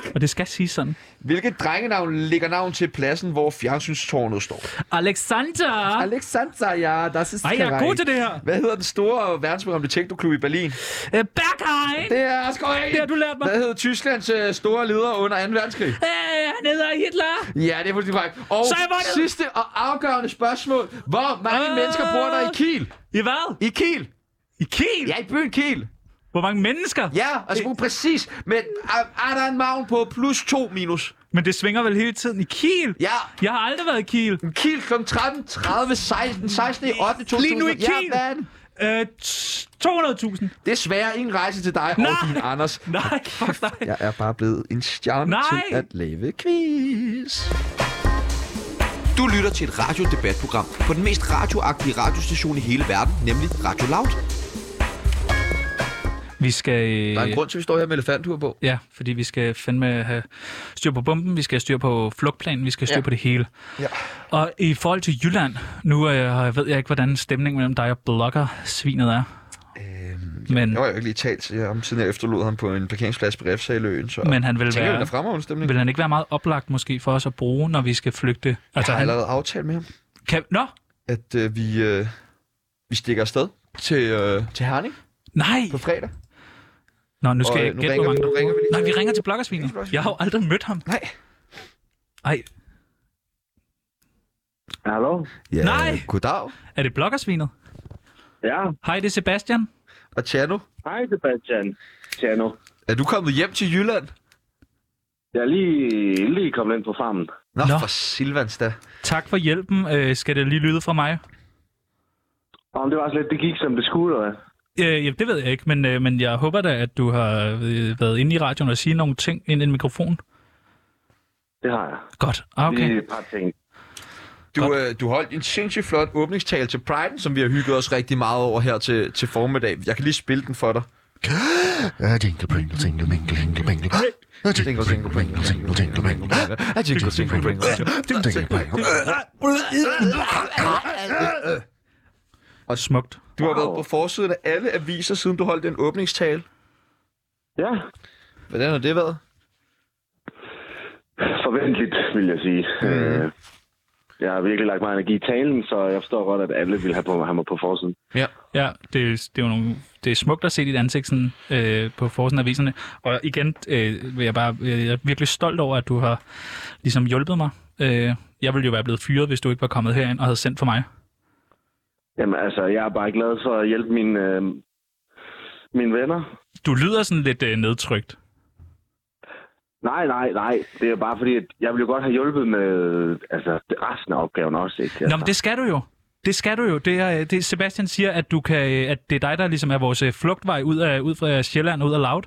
Og det skal sige sådan. Hvilket drengenavn ligger navn til pladsen, hvor fjernsynstårnet står? Alexander! Alexander, ja, das ist Ej, jeg er god til det her. Hvad hedder den store verdensberømte technoklub i Berlin? Uh, Berghain! Det er sgu ikke. Det har du lært mig. Hvad hed Tysklands uh, store leder under anden verdenskrig? Uh, han hedder Hitler! Ja, det er fuldstændig korrekt. Og Så er jeg vundet. sidste og afgørende spørgsmål. Hvor mange Øh. mennesker bor der i Kiel? I hvad? I Kiel? I Kiel? Ja, i byen Kiel. Hvor mange mennesker? Ja, altså uh, præcis. Men er, er der en maven på plus to minus? Men det svinger vel hele tiden i Kiel? Ja. Jeg har aldrig været i Kiel. Kiel kl. tretten tredive seksten seksten ottende to tusind. Lige nu i Kiel? Ja, hvad er den? Øh, to hundrede tusind. Desværre ingen rejse til dig Nej. og din Anders. Nej, fuck dig. Jeg er bare blevet en stjerne Nej. til at lave quiz. Du lytter til et radiodebatprogram på den mest radioagtige radiostation i hele verden, nemlig Radio Loud. Vi skal... Der er en grund til, at vi står her med elefanthuer på. Ja, fordi vi skal fandme have styr på bomben, vi skal have styr på flugtplanen, vi skal have styr Ja. på det hele. Ja. Og i forhold til Jylland, nu øh, ved jeg ikke, hvordan stemningen mellem dig og blogger-svinet er. Øhm, Men, Jeg har jo ikke lige talt til ham, siden jeg efterlod ham på en parkeringsplads på Refsaløen, så men han vil, jeg tænker, at der er være, fremragende stemning. vil han ikke være meget oplagt måske for os at bruge, når vi skal flygte? Jeg Altså, har han, allerede aftalt med ham, kan, nå, at øh, vi, øh, vi stikker afsted til, øh, til Herning nej! på fredag. Nå, nu skal Og, jeg øh, nu gætte, ringer hvor vi- mange... nu ringer vi lige Nej, til- vi ringer til bloggersvinet. Jeg har jo aldrig mødt ham. Nej. Ej, Hallo? Ja, Nej. Goddag. er det bloggersvinet? Ja. Hej, det er Sebastian. Og Tjano, Hej, Sebastian. Tjano. er du kommet hjem til Jylland? Jeg er lige, lige kommet ind på farmen. Nå, Nå. for Silvans da. Tak for hjælpen. Øh, skal det lige lyde fra mig? Om det var slet, det gik som det skulle, eller hvad? Øh, ja, det ved jeg ikke, men, øh, men jeg håber da, at du har øh, været inde i radioen og sige nogle ting ind i en mikrofon. Det har jeg. Godt, ah, Lige okay. et par ting. Du, øh, du holdt en sindssygt flot åbningstale til Pride'en, som vi har hygget os rigtig meget over her til, til formiddag. Jeg kan lige spille den for dig. Ja, jingle, pringle, tingle, mingle, jingle, mingle. Ja, jingle, jingle, pringle, tingle, jingle, mingle. Ja, jingle, jingle, jingle. Jingle, pringle. Og smukt. Du har Wow. været på forsiden af alle aviser, siden du holdt den åbningstale. Ja. Hvordan har det været? Forventeligt, vil jeg sige. Mm. Øh, jeg har virkelig lagt meget energi i talen, så jeg forstår godt, at alle vil have, på, have mig på forsiden. Ja. Ja, det, er- det er jo nogle, det er smukt at se dit ansigt sådan, øh, på forsiden af aviserne. Og igen øh, vil jeg bare, øh, jeg er virkelig stolt over, at du har ligesom hjulpet mig. Øh, jeg ville jo være blevet fyret, hvis du ikke var kommet herind og havde sendt for mig. Jamen altså, jeg er bare glad for at hjælpe mine, øh, mine venner. Du lyder sådan lidt øh, nedtrykt. Nej, nej, nej. Det er bare fordi, at jeg ville jo godt have hjulpet med altså, resten af opgaven også. Ikke? Altså. Nå, men det skal du jo. Det skal du jo. Det er, det, Sebastian siger, at, du kan, at det er dig, der ligesom er vores øh, flugtvej ud, af, ud fra Sjælland og ud af Loud.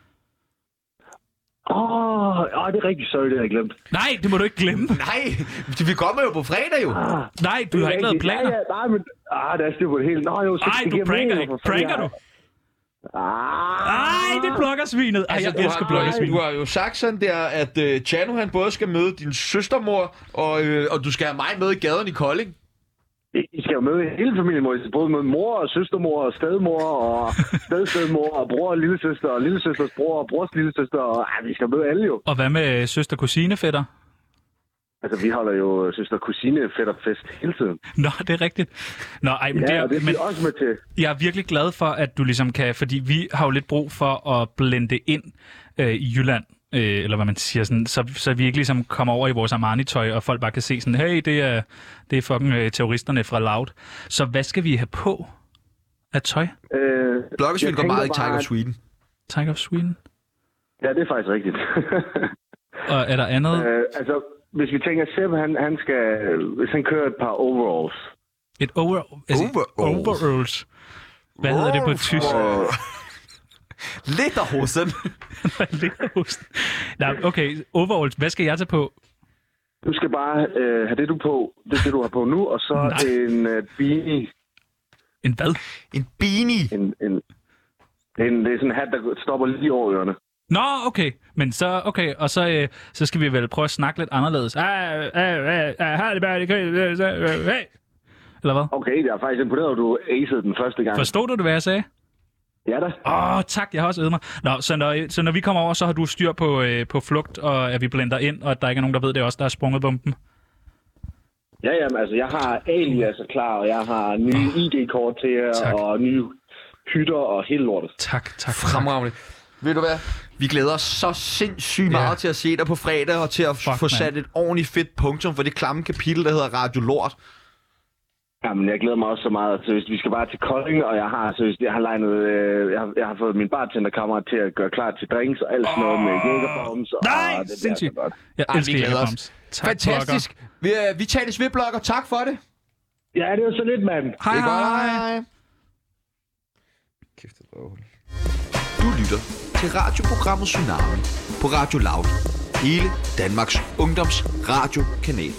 Åh, oh, det er rigtig sorry, det har jeg glemt. Nej, det må du ikke glemme. Nej, vi kommer jo på fredag jo. Ah, Nej, du har ikke lavet planer. Ja, ja, nej, men... Ah, der er styr på det hele. Nå, jo, så Nej, det du giver pranker mening, ikke. for fanden, Pranker jeg- du? Ah, Ej, det er bloggersvinet. Ej, Altså, jeg du, elsker har, du, har, bloggersvinet. du har jo sagt sådan der, at uh, Tjano han både skal møde din søstermor, og, øh, og du skal have mig med i gaden i Kolding. I skal jo møde hele familien, må I både møde mor og søstermor og stedmor og stedstedmor og bror og lillesøster og lillesøsters bror og brors lillesøster. Og, ej, vi skal møde alle jo. Og hvad med øh, søster kusine fætter? Altså, vi holder jo søster kusine fætterfest hele tiden. Nå, det er rigtigt. Nå, ej, men, Ja, det og det er, er men vi også med til. jeg er virkelig glad for, at du ligesom kan, fordi vi har jo lidt brug for at blende ind øh, i Jylland, øh, eller hvad man siger, sådan, så, så vi ikke ligesom kommer over i vores Armani-tøj, og folk bare kan se sådan, hey, det er, det er fucking øh, terroristerne fra Loud. Så hvad skal vi have på af tøj? Øh, Bloggersvin jeg går meget i tænker Tiger bare, of Sweden. Tiger of Sweden? Ja, det er faktisk rigtigt. Og er der andet? øh, altså, hvis vi tænker, Sepp, han, han skal, hvis han kører et par overalls, Et over... Altså, Overalls. overalls. Hvad hedder det på tysk? Lederhosen. Lederhosen. Nej, okay, overalls. Hvad skal jeg tage på? du skal bare øh, have det, du på, det, det du har på nu, og så Nej. en øh, beanie. En hvad? En beanie. En, en, en, det er sådan en hat, der stopper lige over ørerne. Nå, okay. Men så, okay, og så, øh, så skal vi vel prøve at snakke lidt anderledes. Ah, ah, ah, ah, har det bare, det kan, hey. Eller hvad? Okay, jeg er faktisk imponeret, at du acede den første gang. Forstod du det, hvad jeg sagde? Ja da. Åh, oh, tak. Jeg har også øvet mig. Nå, så når, så når vi kommer over, så har du styr på, øh, på flugt, og at vi blender ind, og at der ikke er nogen, der ved det også, der er sprunget bomben. Ja, jamen, altså, jeg har aliaser klar, og jeg har nye oh, I D-kort til jer, tak. og nye hytter og hele lortet. Tak, tak. Fremragende. Ved du hvad? Vi glæder os så sindssygt meget Ja. til at se dig på fredag, og til at Fuck, få man. sat et ordentligt fedt punktum for det klamme kapitel, der hedder Radio Lort. Jamen, jeg glæder mig også så meget. Seriøst, vi skal bare til Kolding, og jeg har, seriøst, jeg har legnet, øh, jeg, har, jeg har fået min bartenderkammerat til at gøre klar til drinks og alt sådan noget med Jägerbombs. Nej, og det bliver sindssygt. så godt. Jeg Ej, elsker vi glæder os. Jägerbombs. Tak, Fantastisk. Vi, øh, vi tales ved, Blokker. Tak for det. Ja, det er så lidt, mand. Hej, Det er godt. hej. Hej. Kæft, det er røvhul. Du lytter til radioprogrammet Tsunami på Radio Loud. Hele Danmarks ungdoms radiokanal.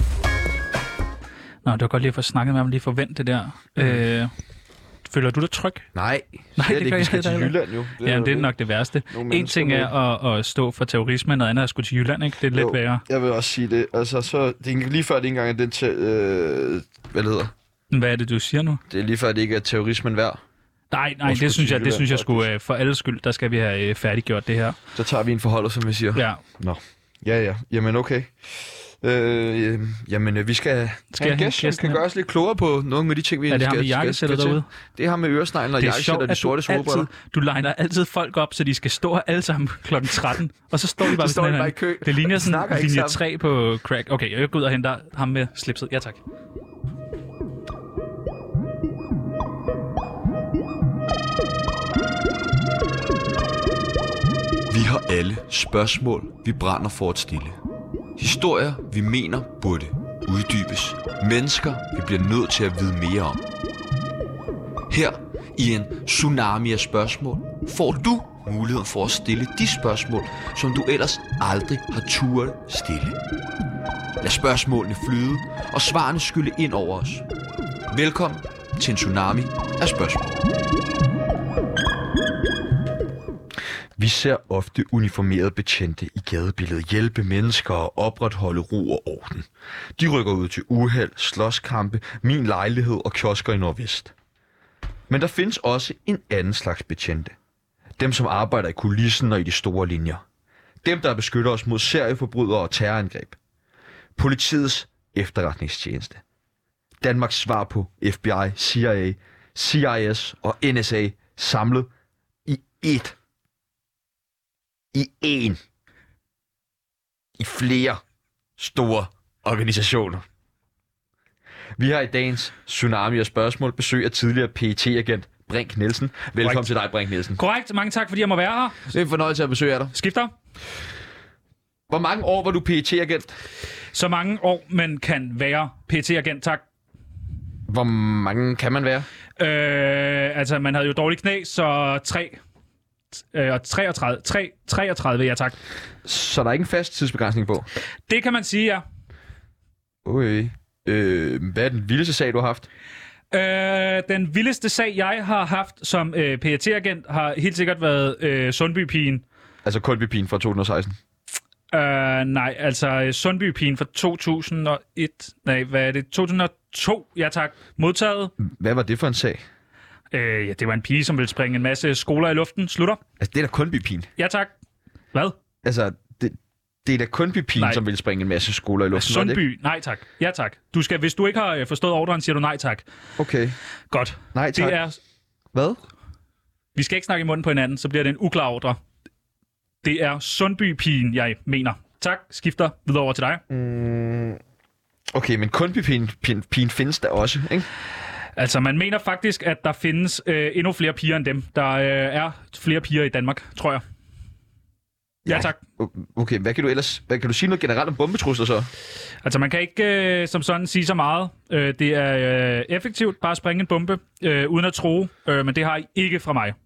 Nå, det var godt lige at få snakket med ham, lige forvente det der. Mm. Øh, føler du dig tryg? Nej, Nej, slet det ikke. gør Vi skal jeg til heller ikke. Jylland jo. Det Jamen, det er nok det værste. Nogle En mennesker ting er at, at stå for terrorisme, noget andet er at skulle til Jylland, ikke? Det er lidt Jo, værre. Jeg vil også sige det. Altså, så, det er lige før, det ikke engang er den til... Øh, hvad det hedder? Hvad er det, du siger nu? Det er lige før, det ikke er terrorismen værd. Nej, nej, Og skulle det synes til jeg, det Jylland, synes jeg skulle faktisk. øh, for alle skyld, der skal vi have øh, færdiggjort det her. Så tager vi en forhold, som vi siger. Ja. Nå. Ja, ja. Jamen, okay. Øh, jamen, øh, vi skal, Skal have en have gæst, som gæsten kan her? gøre os lidt klogere på nogle af de ting, vi Er det skal, ham med skal, jakkesættet skal til. derude? Det er ham med øresneglen og Det er jakkesæt sjovt, og de at sorte du altid, solbriller. du liner altid folk op, så de skal stå alle sammen klokken tretten, og så står de bare ved Så står sådan de her. bare i kø. Det ligner De snakker sådan ikke linje sammen. tre på crack. Okay, jeg går ud og henter ham med slipset. Ja, tak. Vi har alle spørgsmål, vi brænder for at stille. Historier, vi mener burde uddybes. Mennesker, vi bliver nødt til at vide mere om. Her i en tsunami af spørgsmål får du muligheden for at stille de spørgsmål, som du ellers aldrig har turet stille. Lad spørgsmålene flyde, og svarene skylle ind over os. Velkommen til en tsunami af spørgsmål. Vi ser ofte uniformerede betjente i gadebilledet hjælpe mennesker og opretholde ro og orden. De rykker ud til uheld, slåskampe, min lejlighed og kiosker i Nordvest. Men der findes også en anden slags betjente. Dem, som arbejder i kulissen og i de store linjer. Dem, der beskytter os mod serieforbrydere og terrorangreb. Politiets efterretningstjeneste. Danmarks svar på F B I, C I A, C I S og N S A samlet i ét. I én. I flere store organisationer. Vi har i dagens Tsunami og spørgsmål besøg af tidligere P E T-agent Brink Nielsen. Velkommen Korrekt. til dig, Brink Nielsen. Korrekt, mange tak, fordi jeg må være her. Det er en fornøjelse at besøge dig. Skifter. Hvor mange år var du P E T-agent? Så mange år, man kan være P E T-agent, tak. Hvor mange kan man være? Øh, altså, man havde jo dårlig knæ, så tre... Øh, og treogtredive, tre, treogtredive, ja tak. Så der er ikke en fast tidsbegrænsning på? Det kan man sige, ja. Okay. Øh, hvad er den vildeste sag, du har haft? Øh, den vildeste sag, jeg har haft som øh, P E T-agent, har helt sikkert været øh, Sundby-pigen. Altså Kulby-pigen fra to tusind og seksten? Øh, nej, altså Sundby-pigen fra to tusind og et. Nej, hvad er det? to tusind og to, ja tak. Modtaget. Hvad var det for en sag? Øh, ja, det var en pige, som ville springe en masse skoler i luften. Slutter. Altså, det er da Kulby-pigen. Ja tak. Hvad? Altså, det, det er da Kulby-pigen, Nej. som vil springe en masse skoler i luften. var det ikke? Sundby, nej tak. Ja tak. Du skal, hvis du ikke har øh, forstået ordren, siger du nej tak. Okay. Godt. Nej, tak. Det er, Hvad? vi skal ikke snakke i munden på hinanden, så bliver det en uklar ordre. Det er Sundby-pigen, jeg mener. Tak, skifter videre over til dig. Mm, okay, men Kulby-pigen pigen, pigen findes der også, ikke? Altså, man mener faktisk, at der findes øh, endnu flere piger end dem. Der øh, er flere piger i Danmark, tror jeg. Ja, tak. Okay, hvad kan du ellers... Hvad, kan du sige noget generelt om bombetrusler så? Altså, man kan ikke øh, som sådan sige så meget. Øh, det er øh, effektivt bare at springe en bombe, øh, uden at tro, øh, men det har I ikke fra mig.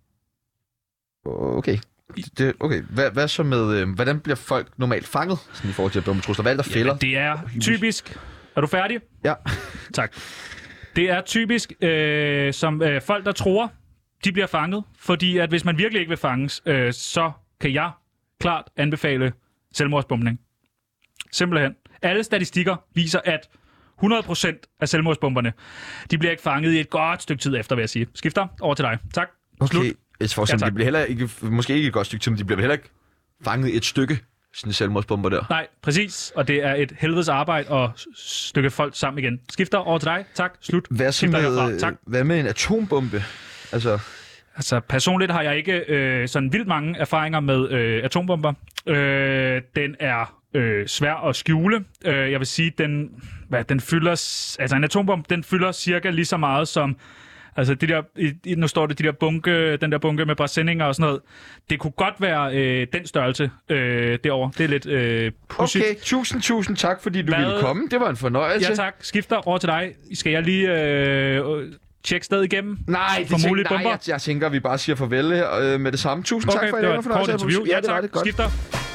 Okay. Det, okay, hvad, hvad så med... Øh, hvordan bliver folk normalt fanget sådan i forhold til bombetrusler? Hvad er der fælder? Det er typisk... Er du færdig? Ja. Tak. Det er typisk, øh, som øh, folk, der tror, de bliver fanget. Fordi at hvis man virkelig ikke vil fanges, øh, så kan jeg klart anbefale selvmordsbombning. Simpelthen. Alle statistikker viser, at hundrede procent af selvmordsbomberne, de bliver ikke fanget i et godt stykke tid efter, vil jeg sige. Skifter over til dig. Tak. Okay. Slut. Jeg tror, Ja, ja, tak. de bliver heller ikke, måske ikke et godt stykke tid, men de bliver heller ikke fanget i et stykke, sådan en selvmordsbomber der. Nej, præcis. Og det er et helvedes arbejde at s- stykke folk sammen igen. Skifter over til dig. Tak. Slut. Hvad, så Skifter herfra. med, Tak. hvad med en atombombe? Altså, Altså, personligt har jeg ikke øh, sådan vildt mange erfaringer med øh, atombomber. Øh, den er øh, svær at skjule. Øh, jeg vil sige, den, hvad, den fylder... s- Altså, en atombombe, den fylder cirka lige så meget som... Altså, de der, i, i- nu står det de der bunke, den der bunke med presendinger og sådan noget. Det kunne godt være øh, den størrelse øh, derovre. Det er lidt øh, pudsigt. okay, tusind, tusind tak, fordi du Hvad? ville komme. Det var en fornøjelse. Ja, tak. Skifter over til dig. Skal jeg lige øh, øh, tjekke stedet igennem? Nej, det For tænker, mulige nej bomber? jeg, jeg tænker, at vi bare siger farvel her, øh, med det samme. Tusind Okay, tak for det var en et kort fornøjelse. interview. Ja, Ja, det var tak. det godt. Skifter.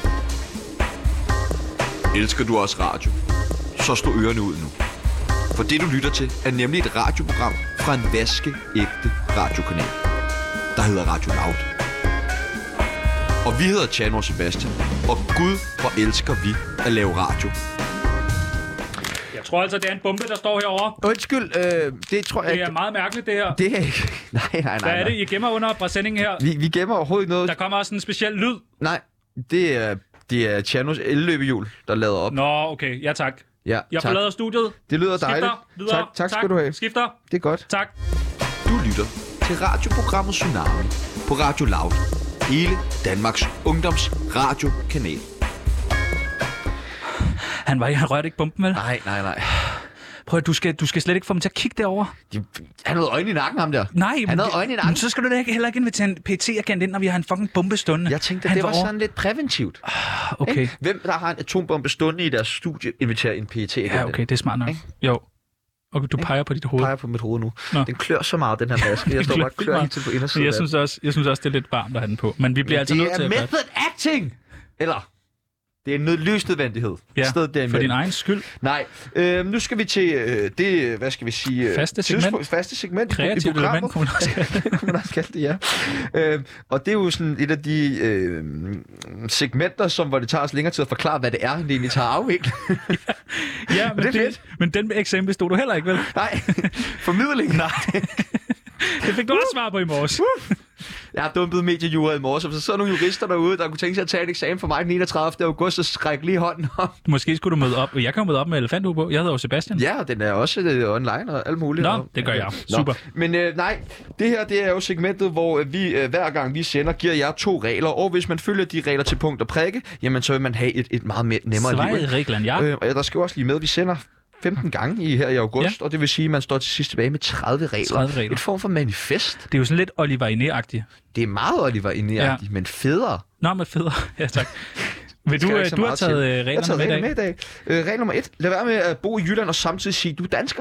Elsker du også radio? Så slå ørerne ud nu. For det, du lytter til, er nemlig et radioprogram fra en vaskeægte radiokanal, der hedder Radio Loud. Og vi hedder Tjano og Sebastian, og Gud, hvor elsker vi at lave radio. Jeg tror altså, det er en bombe, der står herovre. Undskyld, øh, det tror jeg Det er ikke. meget mærkeligt, det her. Det er ikke. Nej, nej, nej. Hvad er det, nej. I gemmer under præsendingen her? Vi, vi gemmer overhovedet ikke noget. Der kommer også en speciel lyd. Nej, det er, det er Tjanos elløbehjul, der lader op. Nå, okay. Ja, tak. Ja, Jeg tak. forlader studiet. Det lyder dejligt. Skifter. Videre. Tak, tak skal du have. Skifter. Det er godt. Tak. Du lytter til radioprogrammet Tsunami på Radio Loud. Hele Danmarks ungdoms radiokanal. Han, var, han rørte ikke bomben, vel? Nej, nej, nej. Prøv at, du skal, du skal slet ikke få dem til at kigge derover. De, han havde øjne i nakken, ham der. Nej, Han men, havde øjne i nakken. men så skal du da ikke, heller ikke invitere en P T-agent ind, når vi har en fucking bombe stående. Jeg tænkte, at Han det var over- sådan lidt præventivt. Okay. Ikke? Hvem, der har en atombombe stående i deres studie, inviterer en P T. Ja, okay, det er smart nok. Ikke? Jo. Okay, du peger på dit hoved. Jeg peger på mit hoved nu. Nå. Den klør så meget, den her maske. Jeg står bare og klør helt til på indersiden. Men jeg af synes, også, jeg synes også, det er lidt varmt at have den på. Men vi bliver den. altså Det nødt til er at gøre method acting! Eller, det er en nød- livsnødvendighed. Ja, Stedet derimellem. for din egen skyld. Nej, øh, nu skal vi til øh, det, hvad skal vi sige? øh, Faste segment. tidspunkt- Faste segment i- Kreativt i programmet. element, kunne man også kalde det. Det kunne man også kalde det, ja. Øh, og det er jo sådan et af de øh, segmenter, som, hvor det tager os længere tid at forklare, hvad det er, det egentlig tager afvikle. Ja, men, det er det, fedt. men den eksempel stod du heller ikke, vel? Nej, formidling. Nej. Det fik du også svar på i morges. Jeg har dumpet mediejura i morges, og så sidder nogle jurister derude, der kunne tænke sig at tage et eksamen for mig den enogtredivte august, og skrække lige hånden op. Måske skulle du møde op. Jeg kan jo møde op med elefanthue på. Jeg hedder jo Sebastian. Ja, og den er også øh, online og alt muligt. Nå, Og- det gør jeg. Nå. Super. Men øh, nej, det her det er jo segmentet, hvor øh, vi øh, hver gang vi sender, giver jer to regler, og hvis man følger de regler til punkt og prikke, jamen så vil man have et, et meget mere nemmere liv. Svaj ikke? reglerne, ja. Øh, og der skal jo også lige med, at vi sender femten gange i, her i august, ja. Og det vil sige, at man står til sidst tilbage med tredive regler. tredive regler. Et form for manifest. Det er jo sådan lidt Oliver Ine-agtigt. Det er meget Oliver Inde-agtigt, ja. Men federe. Nå, men federe. Ja, tak. Vil Skal du, jo øh, ikke så du har meget taget til. øh, Jeg har reglerne taget med i reglerne dag? med i dag. Øh, regel nummer et. Lad være med at bo i Jylland og samtidig sige, at du er dansker.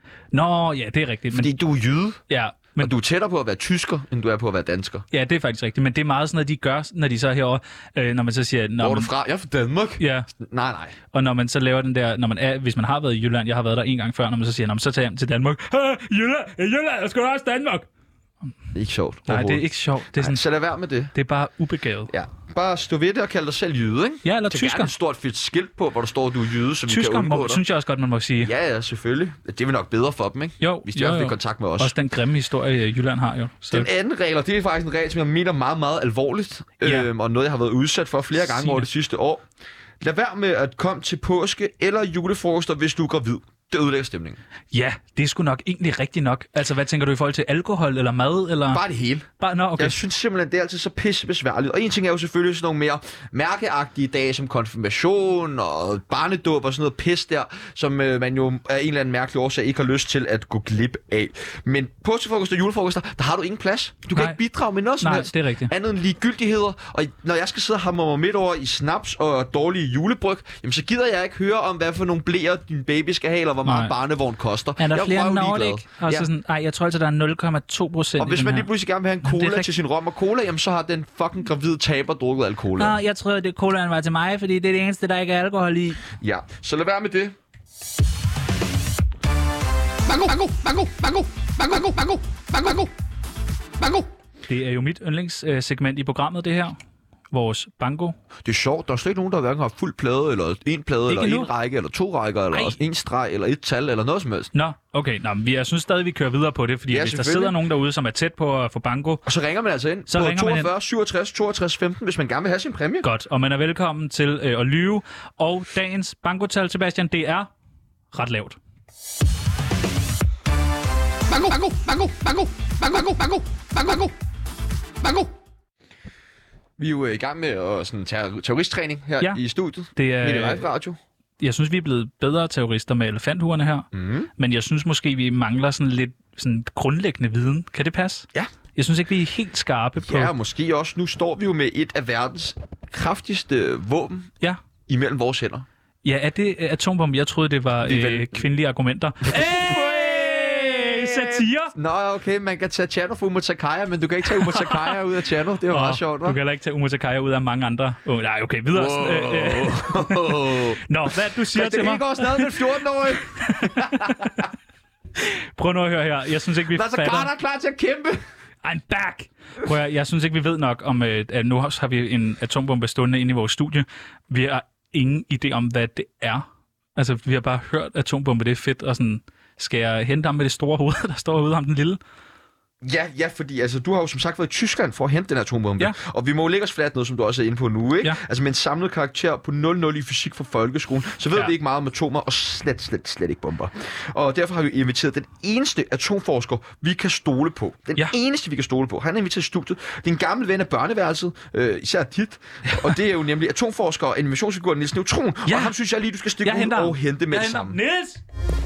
Nå, ja, det er rigtigt. Men, Fordi du er jyde, ja, men... men, og du er tættere på at være tysker, end du er på at være dansker. ja, det er faktisk rigtigt. Men det er meget sådan noget, de gør, når de så er herovre, øh, når man så siger... Når Hvor er man, du fra? Jeg er fra Danmark. ja, Nej, nej. og når man så laver den der... Når man er, hvis man har været i Jylland, jeg har været der en gang før, når man så siger, når man så tager hjem til Danmark. Jylland, Jylland, jeg skal også Danmark. Det er ikke sjovt. Nej, det er ikke sjovt. Det er, sådan, Så lad være med det. det er bare ubegavet. Ja. Bare stå ved det og kalde dig selv jyde, ikke? Ja, eller Det er gerne tysker. et stort fedt skilt på, hvor der står, at du er jyde, så vi kan Tysker undgå må, dig. synes jeg også godt, man må sige. Ja, ja, selvfølgelig. Det er vel nok bedre for dem, ikke? Jo, Hvis de jo, også vil jo. i kontakt med os. Også den grimme historie, Jylland har jo. Så. Den anden regel, og det er faktisk en regel, som jeg mener meget, meget alvorligt, Ja. øhm, og noget, jeg har været udsat for flere gange Sig over det. det sidste år. Lad være med at komme til påske eller julefrokoster, hvis du er gravid. Det ødelægger stemningen. Ja, det er sgu nok egentlig rigtigt nok. Altså, hvad tænker du i forhold til alkohol eller mad? Eller? Bare det hele. Bare, nå, okay. Jeg synes simpelthen, det er altid så pisse besværligt. Og en ting er jo selvfølgelig sådan nogle mere mærkeagtige dage, som konfirmation og barnedåb og sådan noget pis der, som øh, man jo af en eller anden mærkelig årsag ikke har lyst til at gå glip af. Men påskefrokoster og julefrokoster, der har du ingen plads. Du kan Nej. ikke bidrage med noget som Nej, helst. det er rigtigt. Andet end ligegyldigheder. Og når jeg skal sidde og hamre mig midt over i snaps og dårlige julebryg, jamen så gider jeg ikke høre om, hvad for nogle blæer din baby skal have, eller hvor meget Nej. barnevogn koster. Er der jeg flere røvligeglad. Nordic? Og så Ja. sådan, ej, jeg tror altså, der er nul komma to procent Og i hvis den man her. lige pludselig gerne vil have en det er cola rigtigt. til sin rom og cola, jamen så har den fucking gravide taber drukket al cola. Nå, jeg tror, det colaen var til mig, fordi det er det eneste, der ikke er alkohol i. Ja, så lad være med det. Mango, mango, mango, mango, mango, mango, mango, mango, mango. Det er jo mit yndlingssegment i programmet, det her. vores banko. Det er sjovt. Der er slet ikke nogen, der hverken har fuld plade, eller en plade, Ikke eller nu. en række, eller to rækker, eller Ej. en streg, eller et tal, eller noget som helst. Nå, okay. Nå, men jeg synes stadig, vi kører videre på det, fordi Ja, hvis der selvfølgelig. sidder nogen derude, som er tæt på at få banko, Og så ringer man altså ind Så på ringer man ind. toogfyrre syvogtres toogtres femten, hvis man gerne vil have sin præmie. godt. Og man er velkommen til øh, at lyve. Og dagens bankotal, Sebastian, det er ret lavt. Bango, bango, bango, bango, bango, bango, bango, bango, bango. Vi er jo i gang med at, sådan, ter- terroristtræning her Ja. i studiet. Det Midt i er, live radio. jeg synes, vi er blevet bedre terrorister med elefanthuerne her. Mm. Men jeg synes måske, vi mangler sådan lidt sådan grundlæggende viden. Kan det passe? Ja. Jeg synes ikke, vi er helt skarpe på... Ja, og måske også. Nu står vi jo med et af verdens kraftigste våben Ja. imellem vores hænder. Ja, er det øh, atombombe? Jeg troede, det var Vi er øh, vel- kvindelige argumenter. Hey! Satire! Nå, okay, man kan tage Chano for Umatakaya, men du kan ikke tage Umatakaya ud af Chano. Det er jo Åh, meget sjovt, du hva'? kan heller ikke tage Umatakaya ud af mange andre. Oh, nej, okay, videre. Wow. Øh, øh. Nå, hvad du siger Men til det mig? ikke også noget med fjorten-årig. Prøv nu at høre her. Jeg synes ikke, vi Nasser fatter... Carter er klar til at kæmpe. I'm back! Prøv at, jeg synes ikke, vi ved nok om... Øh, at nu har vi en atombombe stående inde i vores studie. Vi har ingen idé om, hvad det er. Altså, vi har bare hørt atombombe, det er fedt, og sådan... Skal jeg hente ham med det store hoved, der står ude ham den lille? Ja, ja, fordi altså, du har jo som sagt været i Tyskland for at hente den her atombombe. Ja. Og vi må jo lægge os fladt noget, som du også er inde på nu, ikke? Ja. Altså med en samlet karakter på nul nul i fysik fra folkeskolen, så ved Ja. vi ikke meget om atomer, og slet, slet, slet ikke bomber. Og derfor har vi inviteret den eneste atomforsker, vi kan stole på. Den Ja. eneste, vi kan stole på. Han er inviteret i studiet. Det er en gammel ven af børneværelset, øh, især dit. Og det er jo nemlig atomforsker og animationsfigur Niels Neutron. Ja. Og ham synes jeg lige, du skal stikke Jeg ud henter ham. og hente med Jeg det henter samme. Niels!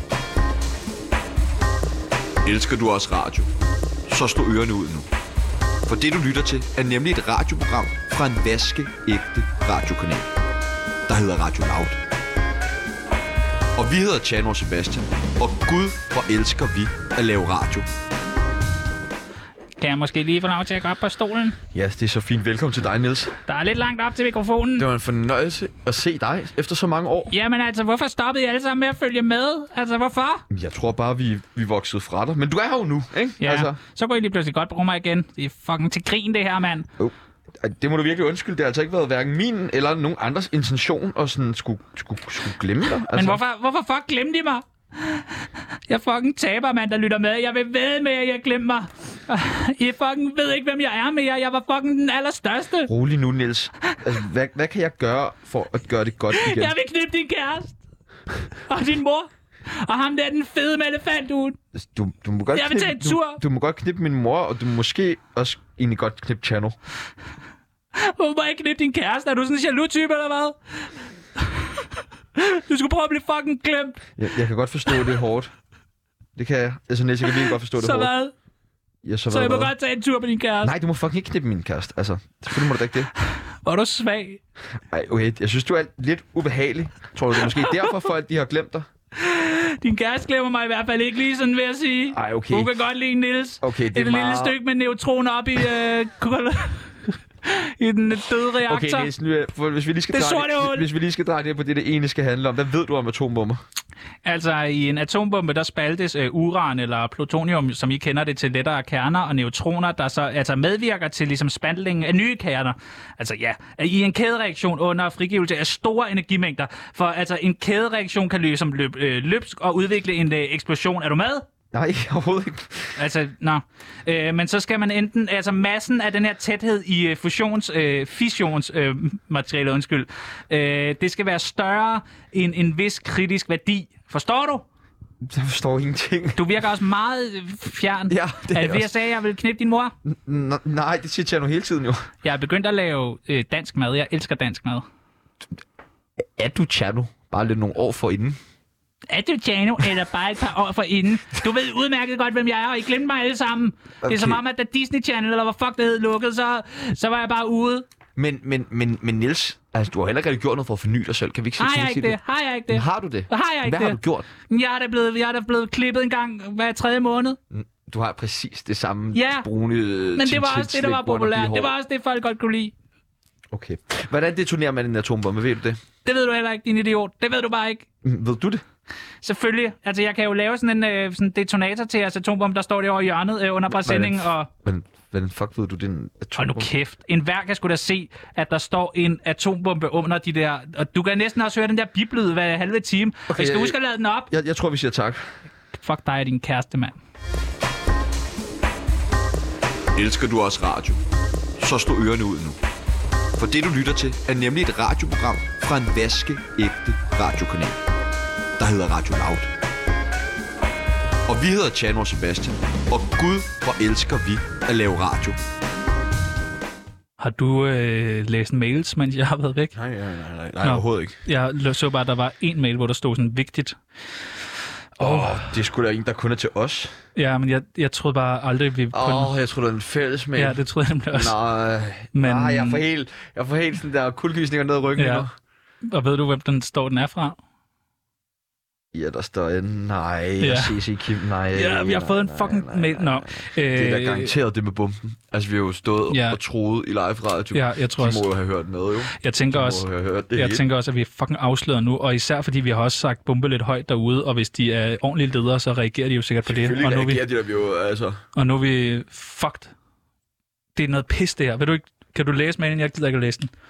Elsker du også radio? Så slå ørerne ud nu. For det du lytter til er nemlig et radioprogram fra en vaskeægte radiokanal, der hedder Radio Loud. Og vi hedder Chano og Sebastian, og gud hvor elsker vi at lave radio. Kan jeg måske lige få lov til at gå op på stolen? Ja, det er så fint. Velkommen til dig, Niels. Der er lidt langt op til mikrofonen. Det var en fornøjelse at se dig efter så mange år. Jamen altså, hvorfor stoppede I alle sammen med at følge med? Altså, hvorfor? Jeg tror bare, vi, vi voksede fra dig. Men du er her jo nu, ikke? Ja, Altså, så kunne I lige pludselig godt bruge mig igen. Det er fucking til grin, det her, mand. det må du virkelig undskylde. Det har altså ikke været hverken min eller nogen andres intention at sådan skulle, skulle, skulle glemme dig. Altså. Men hvorfor, hvorfor fuck glemte I mig? Jeg fucking taber, mand, der lytter med. Jeg vil ved med, at jeg glemmer mig. I fucking ved ikke, hvem jeg er mere. Jeg var fucking den allerstørste. Rolig nu, Niels. Altså, hvad, hvad kan jeg gøre for at gøre det godt igen? Jeg vil knippe din kæreste. Og din mor. Og ham der, den fede med elefanthuen. Du, du må godt Jeg vil knippe, tage en tur. Du, du må godt knippe min mor, og du må måske også egentlig godt knippe Chano. Hvorfor må jeg ikke knippe din kæreste? Er du sådan en jaloux type, eller hvad? Du skulle prøve at blive fucking glemt. Jeg, jeg kan godt forstå, det er hårdt. Det kan jeg. Altså, Niels, jeg kan virkelig godt forstå, det er Så hårdt. hvad? Ja, så, Så hvad, jeg må hvad? godt tage en tur på din kæreste. Nej, du må fucking ikke knippe min kæreste. Altså, selvfølgelig må du da ikke det. Var du svag? Ej, okay. Jeg synes, du er lidt ubehagelig. Tror du, det er måske derfor, folk de har glemt dig? Din kæreste glemmer mig i hvert fald ikke lige sådan, vil jeg sige. Ej, okay. Hun kan godt lide Niels. Okay, det Et er lille meget... stykke med neutroner op i, øh, kul- i den døde reaktor. Okay, Niels, nu, er- for hvis vi lige skal Det dreje sorte hul. hvis vi lige skal dreje det på det, det egentlig skal handle om. Hvad ved du om atombomber? Altså, i en atombombe, der spaltes øh, uran eller plutonium, som I kender det, til lettere kerner og neutroner, der så altså medvirker til ligesom spaltningen af nye kerner. Altså ja, i en kædereaktion under frigivelse af store energimængder. For altså, en kædereaktion kan ligesom løb, øh, løbsk og udvikle en øh, eksplosion. Er du med? Nej, overhovedet ikke. Altså, nå. Øh, men så skal man enten... Altså, massen af den her tæthed i øh, fusions... Øh, fissions... Øh, materiale, undskyld. Øh, det skal være større end en vis kritisk værdi. Forstår du? Jeg forstår ingenting. Du virker også meget øh, fjern. Ja, det er er det, også. jeg sagde, at jeg ville knippe din mor? N- nej, det siger Chano hele tiden jo. Jeg er begyndt at lave øh, dansk mad. Jeg elsker dansk mad. Er du Chano? Bare lidt nogle år forinden. Er du Tjano, eller bare et par år forinden? Du ved udmærket godt, hvem jeg er, og I glemte mig alle sammen. Okay. Det er som om, at da Disney Channel, eller hvad fuck det hed, lukkede, så, så var jeg bare ude. Men, men, men, men Niels, altså, du har heller ikke rigtig gjort noget for at forny dig selv. Kan vi ikke Har sige jeg ikke det? Har jeg ikke det? Har du det? Har jeg ikke Hvad det? har du gjort? Jeg er da blevet, jeg er da blevet klippet en gang hver tredje måned. Du har præcis det samme Ja, brune... Men det var også det, der var populært. Det var også det, folk godt kunne lide. Okay. Hvordan detonerer man en atombombe? Ved du det? Det ved du heller ikke, din idiot. Det ved du bare ikke. Mm, Ved du det? Selvfølgelig. Altså, jeg kan jo lave sådan en øh, sådan detonator til jeres atombombe, der står det over i hjørnet øh, under bare sendingen, og... Men Hvordan fuck ved du, det er en Hold nu atombombe? kæft. En hver kan sgu da se, at der står en atombombe under de der... Og du kan næsten også høre den der biblyd hver halve time. Okay, og I skal jeg- huske at lade den op. Jeg, jeg tror, vi siger tak. Fuck dig og din kæreste, mand. Elsker du også radio? Så slå ørerne ud nu. For det, du lytter til, er nemlig et radioprogram fra en vaskeægte radiokanal, der hedder Radio Loud. Og vi hedder Tjano og Sebastian, og Gud, hvor elsker vi at lave radio. Har du øh, læst mails, mens jeg har været væk? Nej, nej, nej, nej, nej Nå. overhovedet ikke. Jeg så bare, at der var en mail, hvor der stod sådan vigtigt. Åh, oh, det er sgu da en, der kun er til os. Ja, men jeg, jeg troede bare aldrig, vi kunne... Åh, oh, jeg tror det er en fælles mail. Ja, det troede jeg nemlig også. Nej, Men- men... nej, jeg får helt, jeg får helt sådan der kuldegysninger ned ad ryggen Ja. nu. Og ved du, hvem den står, den er fra? Ja, der står en nej, Ja. ja. C C Kim, nej. Ja, vi har nej, fået en nej, fucking nej, mail. nej, Nå. nej. Det er da Øh, garanteret det med bomben. Altså, vi har jo stået Ja. og troet i live radio. Ja, jeg tror De også. må jo have hørt med, jo. Jeg tænker De også, må jo have hørt det jeg hele. tænker også, at vi er fucking afsløret nu, og især fordi vi har også sagt bombe lidt højt derude, og hvis de er ordentlige ledere, så reagerer de jo sikkert på det. Selvfølgelig Og nu, er vi, reagerer de der jo, altså. og nu er vi fucked. Det er noget pis, det her. Vil du ikke, kan du læse mailen? Jeg gider ikke at læse den.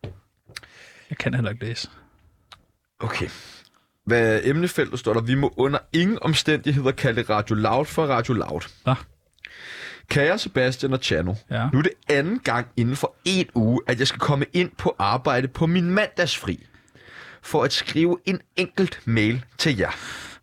Jeg kan heller ikke læse. Okay. Hvad emnefeltet står der? Vi må under ingen omstændigheder kalde Radio Loud for Radio Loud. Nå. Kære Sebastian og Tjano, Ja. nu er det anden gang inden for en uge, at jeg skal komme ind på arbejde på min mandagsfri for at skrive en enkelt mail til jer.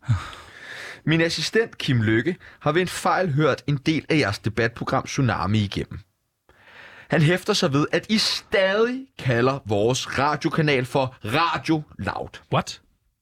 Min assistent Kim Lykke har ved en fejl hørt en del af jeres debatprogram Tsunami igennem. Han hæfter sig ved, at I stadig kalder vores radiokanal for Radio Loud. What?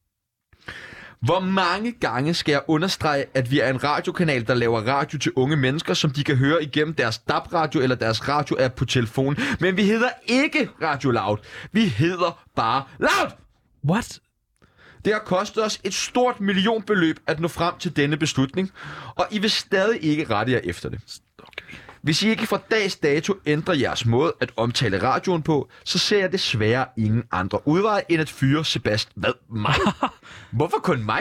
Hvor mange gange skal jeg understrege, at vi er en radiokanal, der laver radio til unge mennesker, som de kan høre igennem deres D A B-radio eller deres radio-app på telefonen. Men vi hedder ikke Radio Loud. Vi hedder bare Loud! What? Det har kostet os et stort millionbeløb at nå frem til denne beslutning, og I vil stadig ikke rette jer efter det. Okay. Hvis I ikke fra dags dato ændrer jeres måde at omtale radioen på, så ser jeg desværre ingen andre udveje end at fyre Sebastian. Hvad? Mig? Hvorfor kun mig?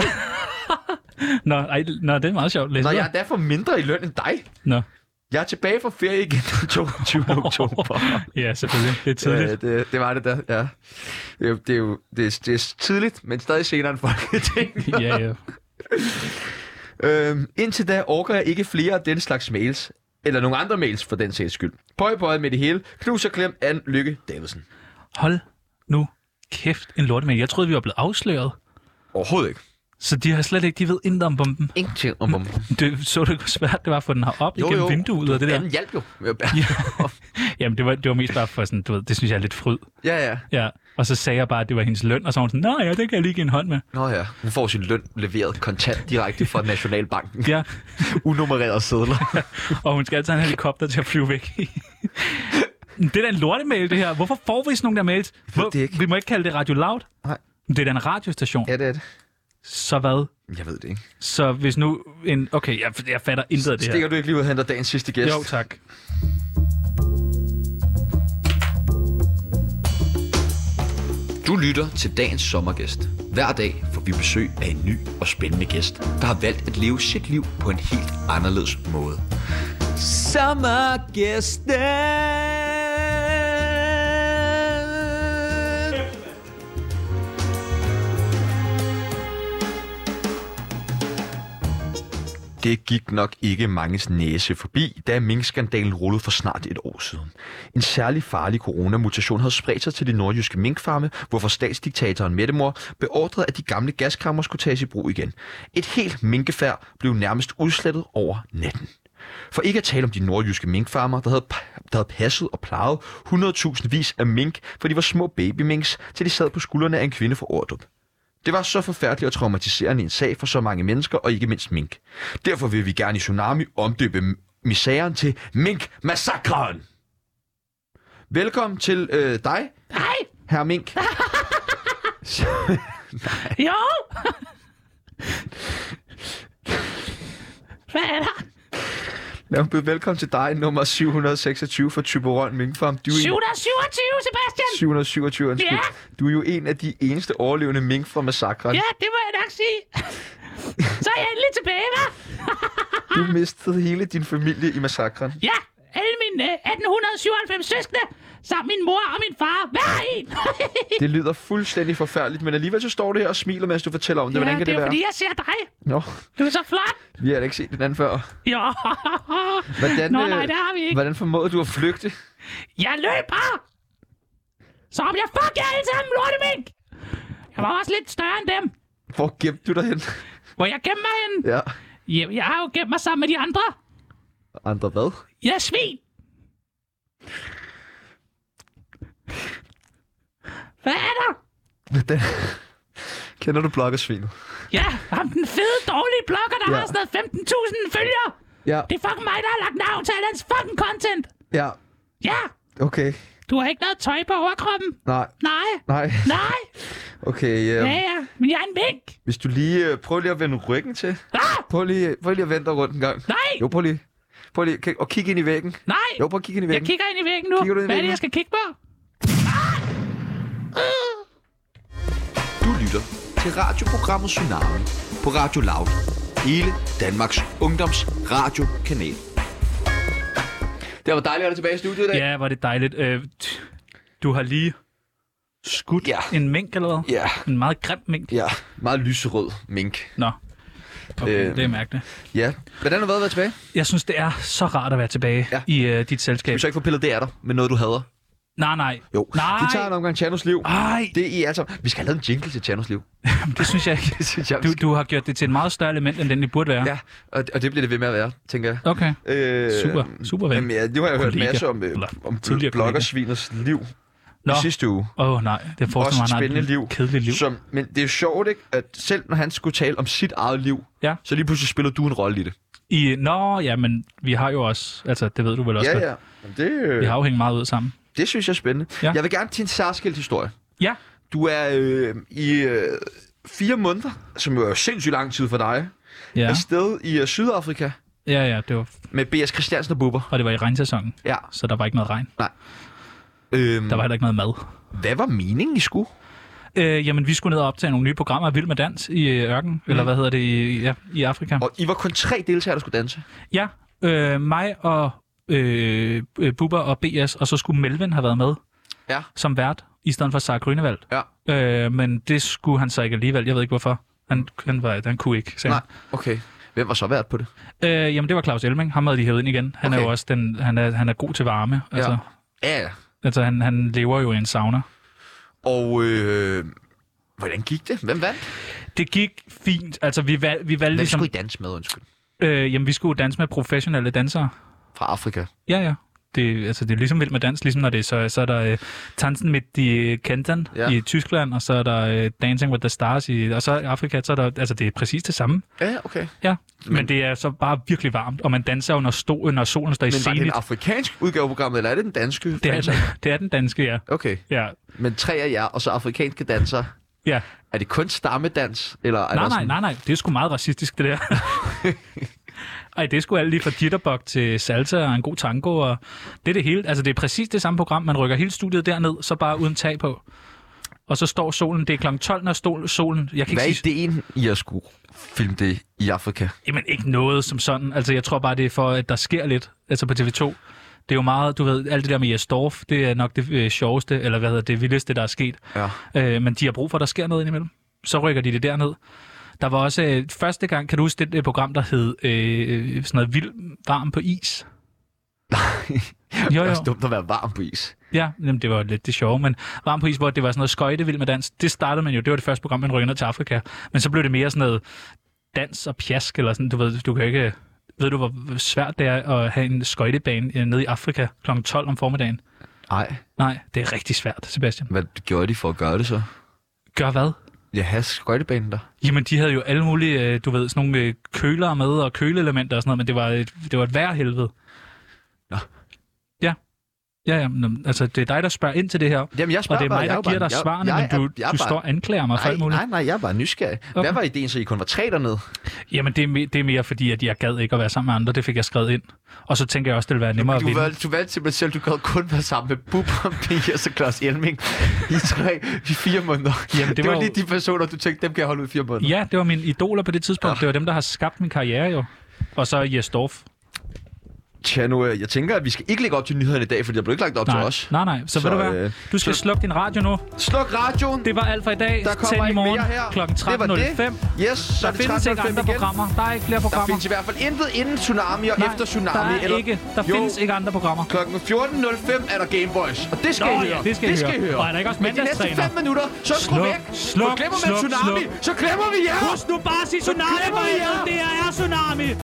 Nå, ej, nå, det er meget sjovt. Læs Når jeg videre. er derfor mindre i løn end dig. Nå. Jeg er tilbage fra ferie igen den toogtyvende oktober. Ja, selvfølgelig. Det er tidligt. Ja, det, det var det der, ja. Det er, jo- det er jo det er, det er tidligt, men stadig senere end Folketinget. Ja, ja. øhm, indtil da orker jeg ikke flere af den slags mails. Eller nogle andre mails for den sags skyld. Pøj pøj med det hele. Knus og klem Anne Lykke Davidsen. Hold nu kæft en lortemail. Jeg troede, vi var blevet afsløret. Overhovedet ikke. Så de har slet ikke, de ved intet om bomben. Ingenting om bomben. Det, så du, hvor svært det var for den her op jo, igennem vinduet og det der? Anden hjælp jo. Jamen, det var, det var mest bare for sådan, du ved, det synes jeg er lidt fryd. Ja, ja. Ja. Og så sagde jeg bare, at det var hendes løn, og så var hun sådan, nej, ja, det kan jeg lige give en hånd med. Nå ja. Hun får sin løn leveret kontant direkte fra Nationalbanken. Ja, Unummererede sedler. og hun skal altid have en helikopter til at flyve væk i. Det er da en lortemail, det her. Hvorfor får vi sådan nogle der mails? Hvor, det ikke. Vi må ikke kalde det Radio Loud. Nej. Det er da en radiostation. Ja, det er det. Så hvad? Jeg ved det ikke. Så hvis nu en... Okay, jeg, jeg fatter intet af det her. Stikker du ikke lige ud og henter dagens sidste gæst? Jo, tak. Du lytter til dagens sommergæst. Hver dag får vi besøg af en ny og spændende gæst, der har valgt at leve sit liv på en helt anderledes måde. Sommergæsten! Det gik nok ikke manges næse forbi, da minkskandalen rullede for snart et år siden. En særlig farlig coronamutation havde spredt sig til de nordjyske minkfarme, hvorfor statsdiktatoren Mettemor beordrede, at de gamle gaskrammer skulle tages i brug igen. Et helt minkefærd blev nærmest udslettet over natten. For ikke at tale om de nordjyske minkfarmer, der havde, der havde passet og plejet hundredtusindvis af mink, for de var små babyminks, til de sad på skuldrene af en kvinde fra Ordrup. Det var så forfærdeligt og traumatiserende en sag for så mange mennesker, og ikke mindst mink. Derfor vil vi gerne i Tsunami omdøbe misæren til Mink-massakren. Velkommen til øh, dig, Hej! herre Mink. Jo! Hvad er der? Lad mig byde velkommen til dig, nummer syv hundrede seksogtyve fra Thyborøn Minkfarm. Du er syv hundrede syvogtyve, Sebastian! syv hundrede syvogtyve, undskyld. Ja. Du er jo en af de eneste overlevende mink fra massakren. Ja, det må jeg nok sige. Så er jeg endelig tilbage, hva'? Du mistede hele din familie i massakren. Ja, alle mine øh, atten syvoghalvfems søskende, samt min mor og min far. Hver en! Det lyder fuldstændig forfærdeligt, men alligevel så står du her og smiler, mens du fortæller om det. Ja, Hvordan kan det det er være? fordi, jeg ser dig. Nå, Du er så flot. vi har da ikke set den anden før. Jo. Hvordan, Nå, øh, nej, det har vi ikke. Hvordan formåede du at flygte? Jeg løb bare. Så om jeg fuck jer alle sammen, lortemink. Jeg var også lidt større end dem. Hvor gemte du dig hen? Hvor jeg gemte mig hen. Ja. Jeg, jeg har jo gemt mig sammen med de andre. Andre hvad? Jeg er svin. Hvad er der? Hvordan? Kender du bloggersvinet? Ja, ham den fede, dårlige blogger, der Ja. ja. har sådan noget femten tusind følgere. Ja. Det er fucking mig, der har lagt navn til al hans fucking content. Ja. Ja, Okay. du har ikke noget tøj på overkroppen. Nej. Nej, Nej. nej. Okay, Ja, øh, ja, men jeg er en mink. hvis du lige... Øh, prøv lige at vende ryggen til. Ah, Prøv lige, prøv lige at vende dig rundt en gang. nej, Jo, prøv lige. Prøv lige kig, og kigge ind i væggen. nej. Jo, prøv at kigge ind i Jeg væggen. kigger ind i væggen nu. Kigger du ind i Hvad er det, væggen? jeg skal kigge på? Du lytter til radioprogrammet Tsunami på Radio Loud. Hele Danmarks ungdoms radiokanal. Det var dejligt at være tilbage i studiet i dag. Ja, var det dejligt. Øh, t- du har lige skudt Ja. en mink, eller hvad? Ja. En meget grim mink. Ja, meget lyserød mink. Nå. Okay, Øh. det er mærkeligt. Ja. Hvordan har det været at være tilbage? Jeg synes, det er så rart at være tilbage Ja. i øh, dit selskab. Du så ikke få pillet det af dig med noget, du hader? Nej, nej. Jo. Nej. Det tager en omgang Chanos liv. Ej, Det er I altså... Vi skal have lavet en jingle til Chanos liv. det synes jeg ikke. Det synes jeg, vi Du, skal. du har gjort det til et meget større element, end den det burde være. Ja, og, og det bliver det ved med at være, tænker jeg. Okay, Øh, super. Super ven. Jamen, ja, nu har jeg hørt en Kollega. masse om, øh, Eller om tidligere bloggersvinets liv Nå. i sidste uge. Åh oh, nej, det Også forestiller et mig, spændende et liv. kedeligt liv. Som, men det er jo sjovt, ikke? At selv når han skulle tale om sit eget liv, Ja. så lige pludselig spiller du en rolle i det. I, nå, ja, men vi har jo også, altså det ved du vel også Ja, godt. ja. Men det, øh, Vi har jo hængt meget ud sammen. det synes jeg er spændende. Ja. Jeg vil gerne til en særskilt historie. Ja, Du er øh, i øh, fire måneder, som jo er sindssygt lang tid for dig, ja, afsted i øh, Sydafrika ja, ja, det var, med B S Christiansen og Bubber. og det var i regnsæsonen, Ja. så der var ikke noget regn. Øhm, Der var heller ikke noget mad. Hvad var meningen, I skulle? Øh, jamen, vi skulle ned og optage nogle nye programmer af Vild med Dans i øh, ørken, mm. eller hvad hedder det, i, ja, i Afrika. Og I var kun tre deltagere, der skulle danse. Ja, øh, mig og øh, øh, Bubber og B S, og så skulle Melvin have været med Ja. som vært, i stedet for Sarah Grønevald. Ja. Øh, men det skulle han så ikke alligevel. Jeg ved ikke hvorfor. Han, han, var, han kunne ikke, sagde Nej, okay. Hvem var så vært på det? han. Øh, jamen, det var Claus Elming. Ham havde de hævet ind igen. Han Okay. er jo også den, han er, han er god til varme. Altså, Ja, ja. altså han, han lever jo i en sauna. Og øh, hvordan gik det? Hvem vandt? Det gik fint. Altså, vi, valg, vi valgte Hvem ligesom... skulle I danse med, undskyld? Øh, jamen, vi skulle danse med professionelle dansere. Fra Afrika. Ja, ja. Det, altså, det er ligesom Vild med Dans, ligesom når det er, så, så er der uh, Tanzen med de Kentan Ja. ja. i Tyskland, og så er der uh, Dancing with the Stars i, og så i Afrika, så er der, altså det er præcis det samme. Ja, okay. Ja, men, men det er så bare virkelig varmt, og man danser jo, når, stå, når solen står i Men var det zenit. en afrikansk udgave af programmet, eller er det den danske? Det er, det er den danske, ja. Okay, Ja, men tre af jer, og så afrikanske dansere. ja. Er det kun stammedans? Eller er Nej, der nej, sådan... nej, nej, det er sgu meget racistisk, det der. Ej, det er sgu alt lige fra jitterbug til salsa og en god tango, og det er det hele. Altså, det er præcis det samme program. Man rykker hele studiet derned, så bare uden tag på. Og så står solen, det er klokken tolv, når stol, solen... Jeg kan Hvad er ikke sige, ideen i at skulle filme det i Afrika? jamen, ikke noget som sådan. Altså, jeg tror bare, det er for, at der sker lidt. Altså på T V to. Det er jo meget, du ved, alt det der med Jes Dorf, det er nok det øh, sjoveste, eller hvad hedder det, vildeste, der er sket. Ja. Øh, men de har brug for, at der sker noget indimellem. Så rykker de det derned. Der var også øh, første gang, kan du huske det øh, program, der hed øh, sådan noget vild varm på is? Nej, Jo, det er jo. også dumt at være varm på is. Ja, jamen, det var lidt det sjove, men varm på is, hvor det var sådan noget skøjte vild med dans, det startede man jo, det var det første program, man rykkede ned til Afrika. Men så blev det mere sådan noget dans og pjask, eller sådan, du ved, du kan ikke... Ved du, hvor svært det er at have en skøjtebane øh, nede i Afrika klokken tolv om formiddagen? Nej. Nej, det er rigtig svært, Sebastian. Hvad gjorde de for at gøre det så? Gør hvad? Ja, have skøjtebanen der. Jamen, de havde jo alle mulige, øh, du ved, sådan nogle øh, kølere med og køleelementer og sådan noget, men det var et, det var et værre helvede. Nå. Ja. Ja, ja, men, altså, det er dig, der spørger ind til det her, Jamen, jeg og spørger det er bare, mig, jeg er der jo giver bare- dig jeg- svarene, jeg men du, er- jeg er du bare- står og anklager mig for Nej, alt muligt. nej, nej, jeg er bare nysgerrig. Okay. Hvad var ideen, så I kun var tre dernede? Jamen, det er, me- det er mere fordi, at jeg gad ikke at være sammen med andre. Det fik jeg skrevet ind. Og så tænker jeg også, det ville være nemmere at Du vinde. valgte, du valgte simpelthen selv, du gad kun være sammen med Bubber, Pia og Claus Elming i tre, i fire måneder. Jamen, det det var, var lige jo- de personer, du tænkte, dem kan jeg holde ud i fire måneder. Ja, det var mine idoler på det tidspunkt. Ja. Det var dem, der har skabt min karriere jo. Og så Jes Dorf. Tjano, jeg tænker, at vi skal ikke lægge op til nyhederne i dag, for der blev ikke lagt op nej, til os. Nej, nej. Så, så ved du hvad? øh, Du skal så- slukke din radio nu. Sluk radioen. Det var alt for i dag. Der kommer Tænd i ikke morgen mere her. klokken Det var tretten nul fem. det. Yes, så Der er det findes ikke tretten nul fem andre igen. programmer. Der er ikke flere Der programmer. findes i hvert fald intet inden Tsunami og Nej, efter Tsunami. der er eller... ikke. Der Jo. findes ikke andre programmer. Klokken fjorten nul fem er der Gameboys, og det skal Nå, I høre. ja, det skal I det skal I høre. høre. Og er der ikke også Men de næste mandagstræner? fem minutter, så skru Sluk, væk. sluk, For glemmer man sluk, Tsunami, sluk. så glemmer vi jer. Husk nu bare at sige tsunami, glemmer vi jer. det er tsunami.